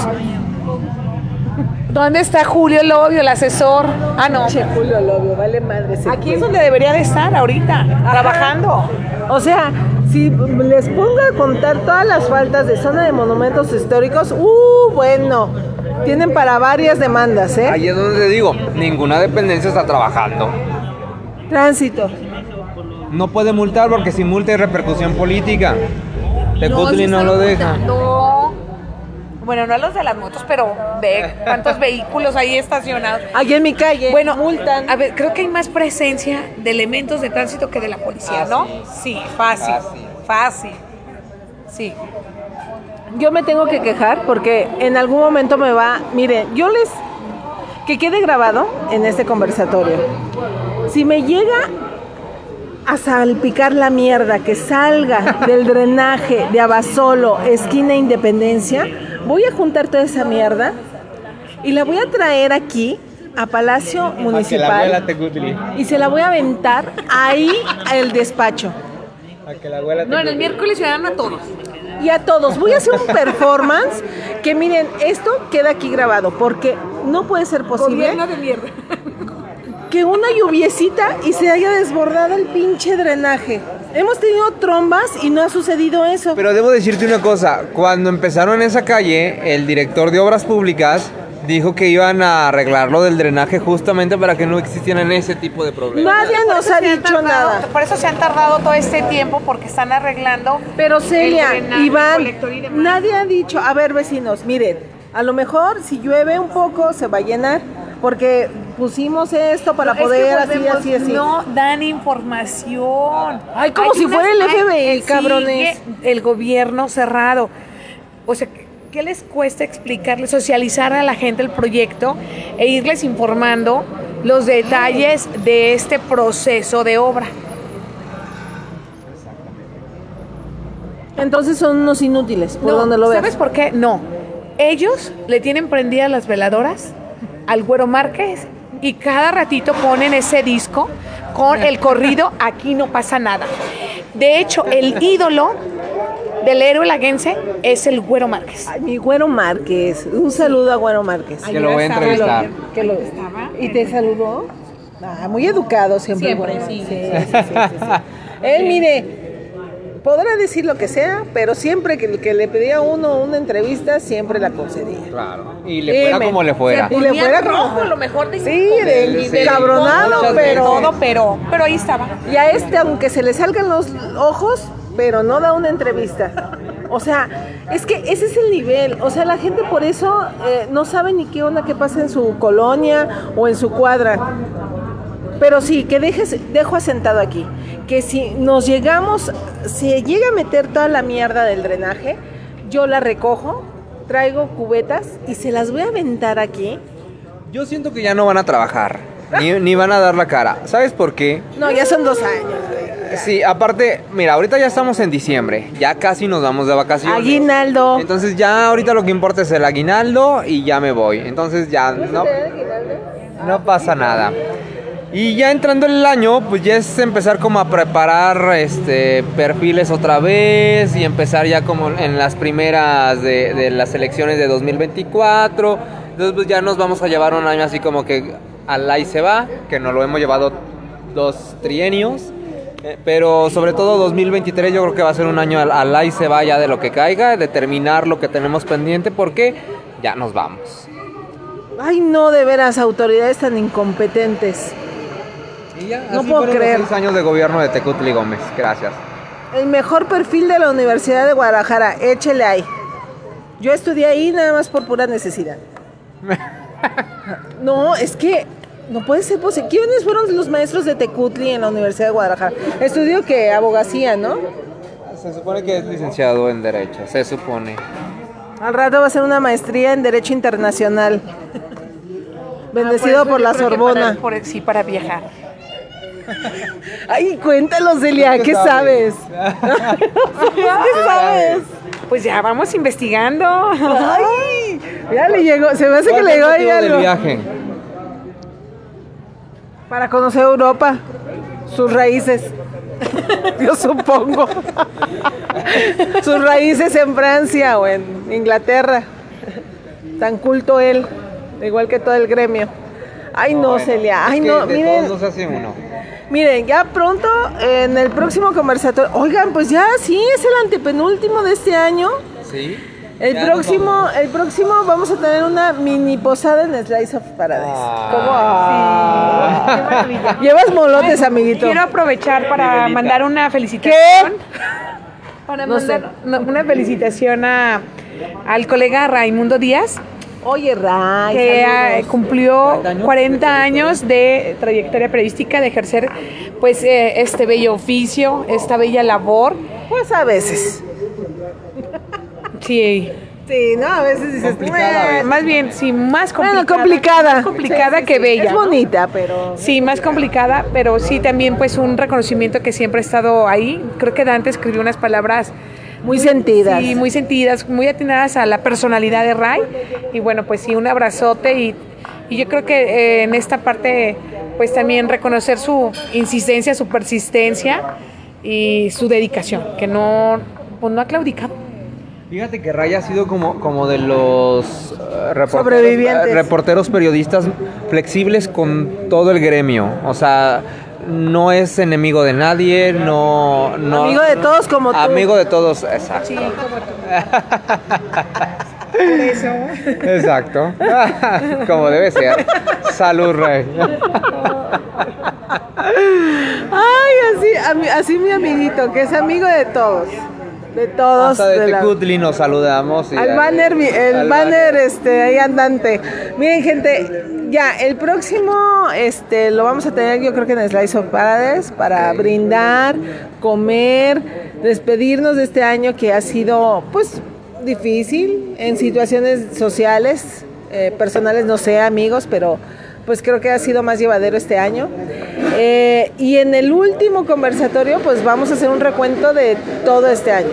¿Dónde está Julio Lobio, el asesor? Ah, no. Che, Julio Lobio, vale madre. Aquí es donde debería de estar ahorita, trabajando. O sea, si les pongo a contar todas las faltas de zona de monumentos históricos, bueno, tienen para varias demandas, ¿eh? Ahí es donde te digo, ninguna dependencia está trabajando. Tránsito. No puede multar porque si multa hay repercusión política. Tecutli no lo deja. No. Bueno, no a los de las motos, pero ve cuántos vehículos hay estacionados. Aquí en mi calle, bueno, multan. A ver, creo que hay más presencia de elementos de tránsito que de la policía, ¿no? Sí, fácil. Sí. Yo me tengo que quejar porque en algún momento me va... Miren, que quede grabado en este conversatorio. Si me llega a salpicar la mierda que salga del drenaje de Abasolo, esquina Independencia, voy a juntar toda esa mierda y la voy a traer aquí a Palacio Municipal y se la voy a aventar ahí al despacho. No, en el miércoles ciudadano a todos. Y a todos. Voy a hacer un performance que miren, esto queda aquí grabado porque no puede ser posible. Gobierno de mierda. Que una lluviecita y se haya desbordado el pinche drenaje. Hemos tenido trombas y no ha sucedido eso. Pero debo decirte una cosa, cuando empezaron en esa calle, el director de Obras Públicas dijo que iban a arreglar lo del drenaje justamente para que no existieran ese tipo de problemas. Nadie nos ha dicho nada. Por eso se han tardado todo este tiempo, porque están arreglando. Pero Celia, el drenaje, Iván, colector y demás. nadie ha dicho, a ver vecinos, miren, a lo mejor si llueve un poco se va a llenar, porque pusimos esto para poder así. No dan información. Ay, como si fuera el FBI, cabrones. El gobierno cerrado. O sea, ¿qué les cuesta explicarles, socializar a la gente el proyecto e irles informando los detalles de este proceso de obra? Entonces son unos inútiles, por donde lo ves. ¿Sabes por qué? No. Ellos le tienen prendidas las veladoras al Güero Márquez y cada ratito ponen ese disco con el corrido Aquí no pasa nada. De hecho, el ídolo del héroe laguense es el Güero Márquez. Ay, mi Güero Márquez. Un saludo a Güero Márquez. Que lo voy a entrevistar. ¿Y te saludó? Muy educado siempre. Sí. Él, mire, podrá decir lo que sea, pero siempre que le pedía a uno una entrevista, siempre la concedía. Claro. Y le fuera como le fuera. Y le fuera rojo, lo mejor de de cabronado, pero ahí estaba. Y a aunque se le salgan los ojos, pero no da una entrevista. O sea, es que ese es el nivel. O sea, la gente por eso no sabe ni qué onda que pasa en su colonia o en su cuadra. Pero sí, que dejo asentado aquí, que si se llega a meter toda la mierda del drenaje, yo la recojo, traigo cubetas y se las voy a aventar aquí. Yo siento que ya no van a trabajar, ni van a dar la cara. ¿Sabes por qué? No, ya son 2 años. Sí, aparte, mira, ahorita ya estamos en diciembre, ya casi nos vamos de vacaciones. Aguinaldo. Entonces ya ahorita lo que importa es el aguinaldo y ya me voy. Entonces ya no pasa nada. Y ya entrando el año, pues ya es empezar como a preparar perfiles otra vez y empezar ya como en las primeras de las elecciones de 2024. Entonces pues ya nos vamos a llevar un año así como que al ahí se va, que nos lo hemos llevado 2 trienios. Pero sobre todo 2023 yo creo que va a ser un año al ahí se va ya de lo que caiga, de terminar lo que tenemos pendiente porque ya nos vamos. Ay no, de veras, autoridades tan incompetentes. Y ya, no puedo creer. 6 años de gobierno de Tecutli Gómez, gracias. El mejor perfil de la Universidad de Guadalajara, échele ahí. Yo estudié ahí nada más por pura necesidad. No, es que no puede ser posible. ¿Quiénes fueron los maestros de Tecutli en la Universidad de Guadalajara? Estudió que abogacía, ¿no? Se supone que es licenciado en Derecho, se supone. Al rato va a ser una maestría en Derecho Internacional. Bendecido por la Sorbona. Para viajar. Ay, cuéntanos, Celia, ¿qué sabes? ¿Qué sabes? Pues ya vamos investigando. Ay, ya le llegó, se me hace que le llegó ahí algo. Del viaje? Para conocer Europa, sus raíces. Yo supongo. Sus raíces en Francia o en Inglaterra. Tan culto él, igual que todo el gremio. Ay, no, bueno, Celia. Ay, no, miren. Todos nos hace uno. Miren, ya pronto, en el próximo conversatorio. Oigan, pues ya sí, es el antepenúltimo de este año. Sí. El próximo vamos a tener una mini posada en Slice of Paradise. Sí, qué maravilla. Llevas molotes, amiguito. Quiero aprovechar para mandar una felicitación. ¿Qué? Para mandar una felicitación al colega Raimundo Díaz. Oye, Ray, que cumplió 40 años de trayectoria periodística, de ejercer pues este bello oficio, esta bella labor. Pues a veces. Sí. Sí, no, a veces dices, más bien, sí, más complicada. Bueno, complicada. Más complicada que bella. Es bonita, pero... Sí, más complicada, pero sí también pues un reconocimiento que siempre ha estado ahí. Creo que Dante escribió unas palabras muy sentidas. Sí, muy sentidas, muy atinadas a la personalidad de Ray. Y bueno, pues sí, un abrazote y yo creo que en esta parte pues también reconocer su insistencia, su persistencia y su dedicación, que no ha claudicado. Fíjate que Ray ha sido como de los sobrevivientes, reporteros periodistas flexibles con todo el gremio. O sea, no es enemigo de nadie, no amigo de todos como tú. Amigo de todos, exacto. Sí, como tú. Por eso. Exacto. Como debe ser. Salud, Rey. Ay, así mi amiguito, que es amigo de todos. De todos. Hasta de Tecutli nos saludamos. Al banner, ahí andante. Miren, gente, ya, el próximo, lo vamos a tener yo creo que en Slice of Paradise para brindar, comer, despedirnos de este año que ha sido, pues, difícil en situaciones sociales, personales, no sé, amigos, pero pues creo que ha sido más llevadero este año. Y en el último conversatorio, pues vamos a hacer un recuento de todo este año.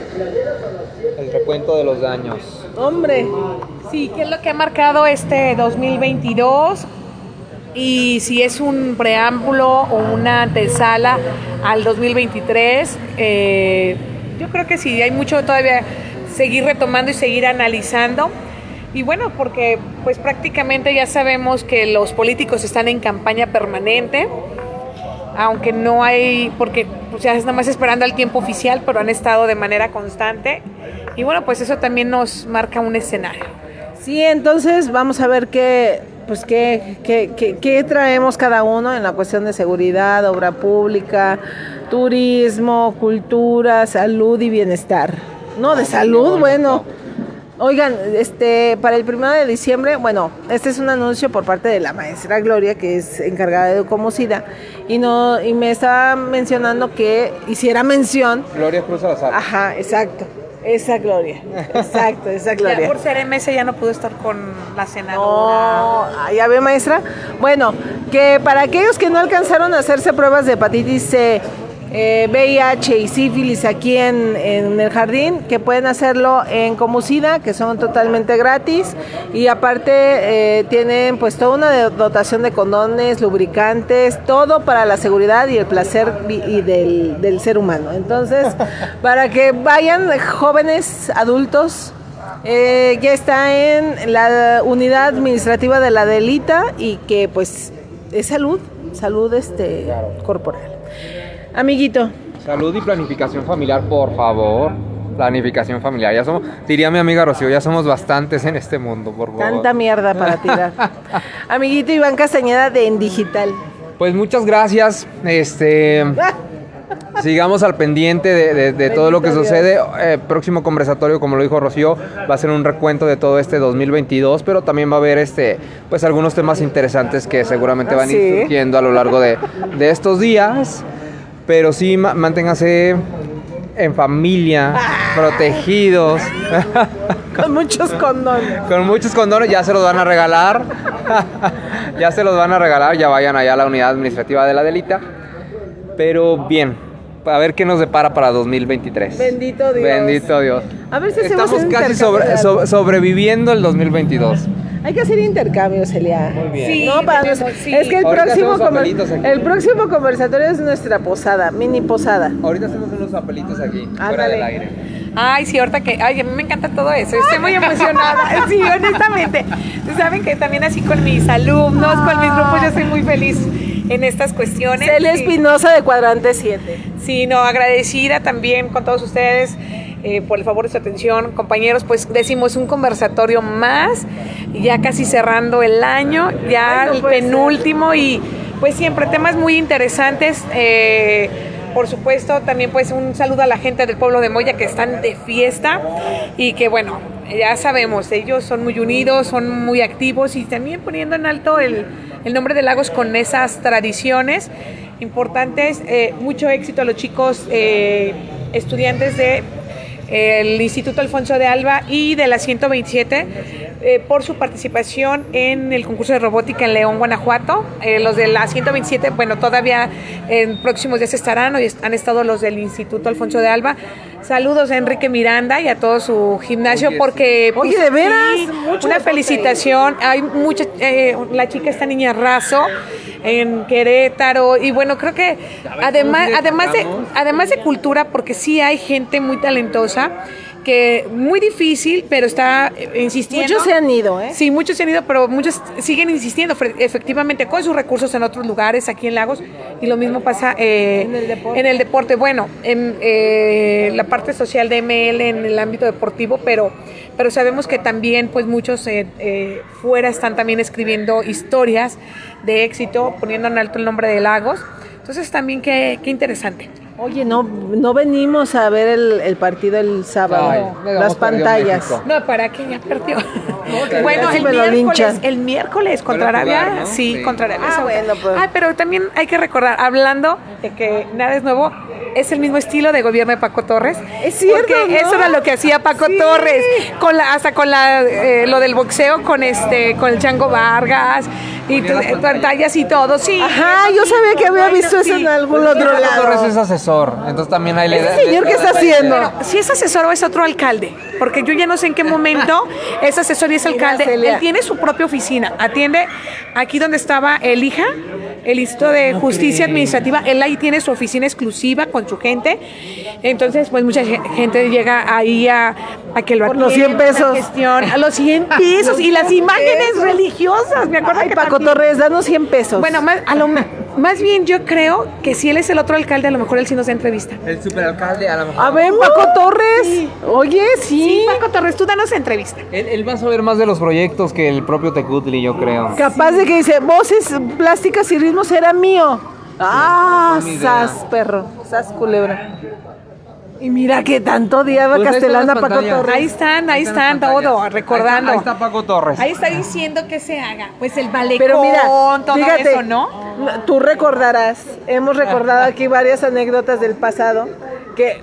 El recuento de los daños. Hombre. Sí, ¿qué es lo que ha marcado este 2022? Y si es un preámbulo o una antesala al 2023, yo creo que sí, hay mucho todavía seguir retomando y seguir analizando. Y bueno, porque pues prácticamente ya sabemos que los políticos están en campaña permanente, aunque no hay, porque pues ya es nada más esperando al tiempo oficial, pero han estado de manera constante. Y bueno, pues eso también nos marca un escenario. Sí, entonces vamos a ver qué traemos cada uno en la cuestión de seguridad, obra pública, turismo, cultura, salud y bienestar. No, de salud, bueno. Oigan, para el 1 de diciembre, bueno, este es un anuncio por parte de la maestra Gloria, que es encargada de Educomocida, y me estaba mencionando que hiciera mención. Gloria Cruz Salazar. Ajá, exacto. Esa Gloria. Exacto, esa Gloria. Ya por ser MS ya no pudo estar con la senadora. No, ya ve, maestra. Bueno, que para aquellos que no alcanzaron a hacerse pruebas de hepatitis C, VIH y sífilis aquí en el jardín, que pueden hacerlo en Comucida, que son totalmente gratis, y aparte tienen pues toda una dotación de condones, lubricantes, todo para la seguridad y el placer del ser humano. Entonces, para que vayan jóvenes, adultos, ya está en la unidad administrativa de la Delita, y que pues es salud claro, corporal. Amiguito. Salud y planificación familiar, por favor. Planificación familiar. Ya somos, diría mi amiga Rocío, ya somos bastantes en este mundo, por favor. Tanta mierda para tirar. Amiguito Iván Castañeda de En Digital. Pues muchas gracias. Sigamos al pendiente de todo lo que sucede. Próximo conversatorio, como lo dijo Rocío, va a ser un recuento de todo este 2022, pero también va a haber pues algunos temas interesantes que seguramente van a ir surgiendo a lo largo de estos días. Pero sí, manténganse en familia, protegidos. Con muchos condones. Con muchos condones, ya se los van a regalar. Ya vayan allá a la unidad administrativa de la Delita. Pero bien, a ver qué nos depara para 2023. Bendito Dios. Bendito Dios. A ver si estamos casi sobreviviendo el 2022. Hay que hacer intercambios, Elia. Muy bien. Sí, no, es que el próximo conversatorio es nuestra posada, mini posada. Ahorita hacemos unos papelitos aquí, fuera del aire. Ay, sí, ahorita que... Ay, a mí me encanta todo eso. Estoy muy emocionada. Sí, honestamente. Saben que también así con mis alumnos, con mis grupos, yo soy muy feliz en estas cuestiones. Celia Espinosa de Cuadrante 7. Sí, no, agradecida también con todos ustedes por el favor de su atención. Compañeros, pues decimos un conversatorio más, ya casi cerrando el año, ya el penúltimo, y pues siempre temas muy interesantes. Por supuesto, también pues un saludo a la gente del pueblo de Moya que están de fiesta y que bueno, ya sabemos, ellos son muy unidos, son muy activos y también poniendo en alto el nombre de Lagos con esas tradiciones importantes. Mucho éxito a los chicos estudiantes del Instituto Alfonso de Alba y de la 127 por su participación en el concurso de robótica en León, Guanajuato. Los de la 127, bueno, todavía en próximos días estarán, hoy han estado los del Instituto Alfonso de Alba. Saludos a Enrique Miranda y a todo su gimnasio. Porque... Oye, ¿de veras? Sí, una felicitación. Hay mucha... la chica, esta niña Razo, en Querétaro. Y bueno, creo que además de cultura, porque sí hay gente muy talentosa que muy difícil, pero está insistiendo. Muchos se han ido, ¿eh? Sí, muchos se han ido, pero muchos siguen insistiendo efectivamente con sus recursos en otros lugares, aquí en Lagos, y lo mismo pasa en el deporte. Bueno, en la parte social de ML, en el ámbito deportivo, pero sabemos que también pues muchos fuera están también escribiendo historias de éxito, poniendo en alto el nombre de Lagos. Entonces también qué interesante. Oye, no venimos a ver el partido el sábado, las pantallas. No, ¿para qué? Ya perdió. Bueno, el miércoles contra Arabia, ¿no? Sí, contra Arabia. Bueno, pues. Pero también hay que recordar, hablando de que nada es nuevo, es el mismo estilo de gobierno de Paco Torres. Es cierto, porque eso era lo que hacía Paco Torres, hasta con lo del boxeo, con el Chango Vargas y pantallas y todo, sí. Ajá, yo sabía que había visto eso en algún otro lado. Paco Torres es asesor, entonces también hay ¿Ese señor qué está haciendo? Bueno, si es asesor o es otro alcalde, porque yo ya no sé en qué momento es asesor y es alcalde. Él tiene su propia oficina, atiende aquí donde estaba el Instituto de Justicia Administrativa, él ahí tiene su oficina exclusiva con su gente, entonces pues mucha gente llega ahí a que lo atienda. Por los 100 pesos. A los 100 pesos y las imágenes religiosas, me acuerdo. Ay, Paco Torres, danos 100 pesos. Bueno, más bien yo creo que si él es el otro alcalde, a lo mejor él sí nos da entrevista. El superalcalde, a lo mejor. A ver, Paco Torres. Sí. Oye, sí. Sí, Paco Torres, tú danos entrevista. Él va a saber más de los proyectos que el propio Tecutli, yo creo. Capaz de que dice, voces, plásticas y ritmos era mío. Sas, perro. Sas, culebra. Y mira que tanto odiaba Pues Castellana Paco Torres. Ahí están todo, recordando. Ahí está Paco Torres. Ahí está diciendo que se haga. Pues el balecón, Pero mira, todo fíjate, eso, ¿no? Tú recordarás, hemos recordado aquí varias anécdotas del pasado, que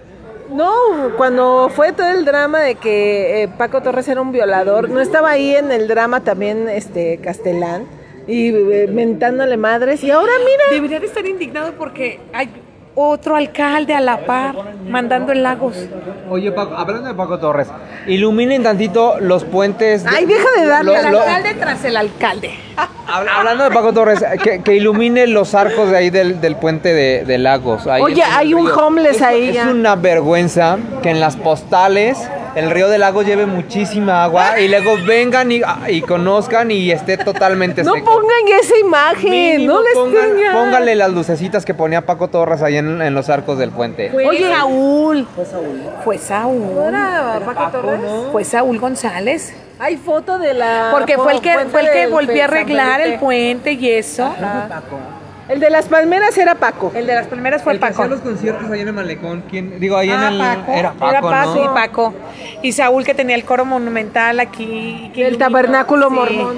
cuando fue todo el drama de que Paco Torres era un violador, no estaba ahí en el drama también Castellán y mentándole madres, y ahora mira. Debería de estar indignado porque hay otro alcalde a la par mandando en Lagos. Oye, Paco, hablando de Paco Torres, iluminen tantito los puentes. Ay, deja de darle El alcalde tras el alcalde. Hablando de Paco Torres, que ilumine los arcos de ahí del puente de Lagos. Ahí oye, hay un homeless ahí. Es una vergüenza que en las postales el río de Lagos lleve muchísima agua y luego vengan y conozcan y esté totalmente seco. No pongan esa imagen, Mínimo, no les tengan. Pónganle las lucecitas que ponía Paco Torres ahí en los arcos del puente. Oye, Saúl. Fue Saúl. ¿No era Paco Torres? Fue Saúl González. Hay foto de la. Porque fue el que volvió a arreglar el puente y eso. El de las palmeras era Paco. El de las palmeras fue el que Paco. hacía los conciertos ahí en el malecón. ¿Quién? Digo, ahí en el. Paco. Era Paco, ¿no? Sí, Paco. Y Saúl, que tenía el coro monumental aquí. El tabernáculo mormón.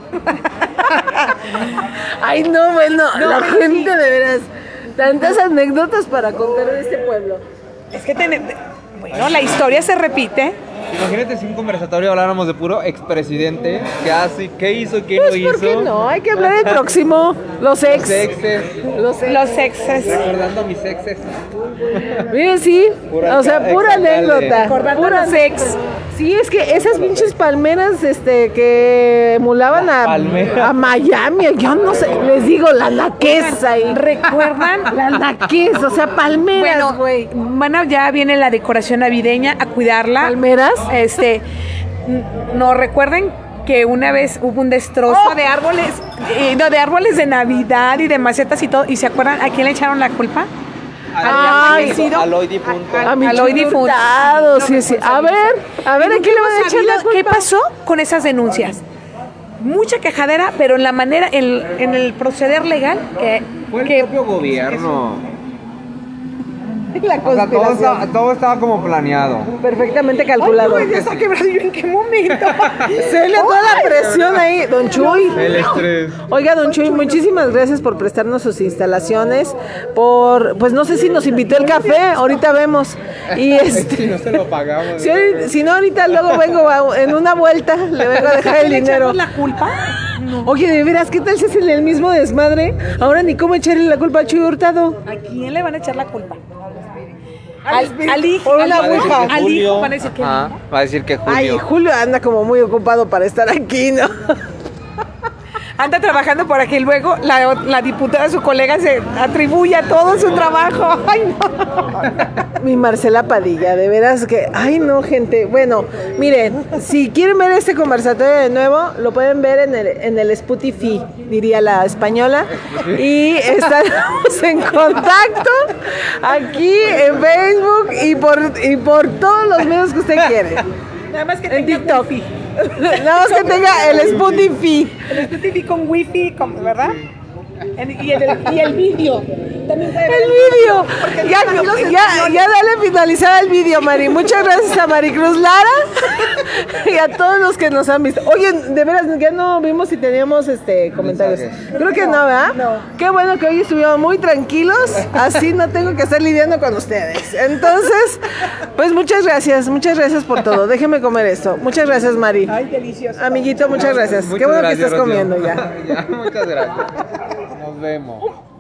Ay, no, bueno, la gente de veras. Tantas anécdotas para contar de este pueblo. Es que bueno, la historia se repite. Imagínate si un conversatorio habláramos de puro expresidente, qué hizo, qué pues, no hizo. ¿por qué no? Hay que hablar del próximo, los ex. Los exes. Recordando a mis exes. Miren, sí, pura anécdota. Recordando los ex. Sí, es que esas pinches palmeras que emulaban a Miami, yo no sé, les digo, la naqueza ahí. ¿Recuerdan? La naqueza, o sea, palmeras, güey. Bueno, ya viene la decoración navideña, a cuidarla. ¿Palmeras? No, recuerden que una vez hubo un destrozo de árboles de Navidad y de macetas y todo, ¿y se acuerdan a quién le echaron la culpa? Al hoy difunto. A mi difunto. Sí. A ver, ¿a quién le van a echar la culpa? ¿Qué pasó con esas denuncias? Mucha quejadera, pero en la manera, en el proceder legal fue el propio gobierno. La conspiración. Todo estaba como planeado. Perfectamente calculado. Ay, no, ya está quebrado. ¿Yo en qué momento? Se le toda la presión ahí, don Chuy. El estrés. Oiga, don Chuy, muchísimas gracias por prestarnos sus instalaciones. Pues no sé si nos invitó el café, ahorita vemos. Y Si no se lo pagamos. Si no, ahorita luego vengo en una vuelta, le vengo a dejar el dinero. ¿Le echamos la culpa? No. Oye, de veras, ¿qué tal si es el mismo desmadre? Ahora ni cómo echarle la culpa a Chuy Hurtado. ¿A quién le van a echar la culpa? Al hijo. Por una ouija. Al hijo, parece que va a decir que Julio. Ay, Julio anda como muy ocupado para estar aquí, ¿no? anda trabajando para que luego la diputada, su colega, se atribuya todo su trabajo. Ay, no. Mi Marcela Padilla, de veras que, ay no, gente. Bueno, miren, si quieren ver este conversatorio de nuevo, lo pueden ver en el Spotify, diría la española. Y estaremos en contacto aquí en Facebook y por todos los medios que usted quiere. Nada más que en tenga TikTok. wifi. Nada más que tenga el Spotify. El Spotify con wifi, ¿verdad? Y el vídeo. También puede ver El vídeo. Ya dale finalizar al vídeo, Mari. Muchas gracias a Maricruz Lara y a todos los que nos han visto. Oye, de veras, ya no vimos si teníamos comentarios. Creo que no, ¿verdad? No. Qué bueno que hoy estuvimos muy tranquilos. Así no tengo que estar lidiando con ustedes. Entonces, pues muchas gracias por todo. Déjeme comer esto. Muchas gracias, Mari. Ay, delicioso. Amiguito, muchas gracias. Qué bueno que estás comiendo ya. Muchas gracias. Nos vemos.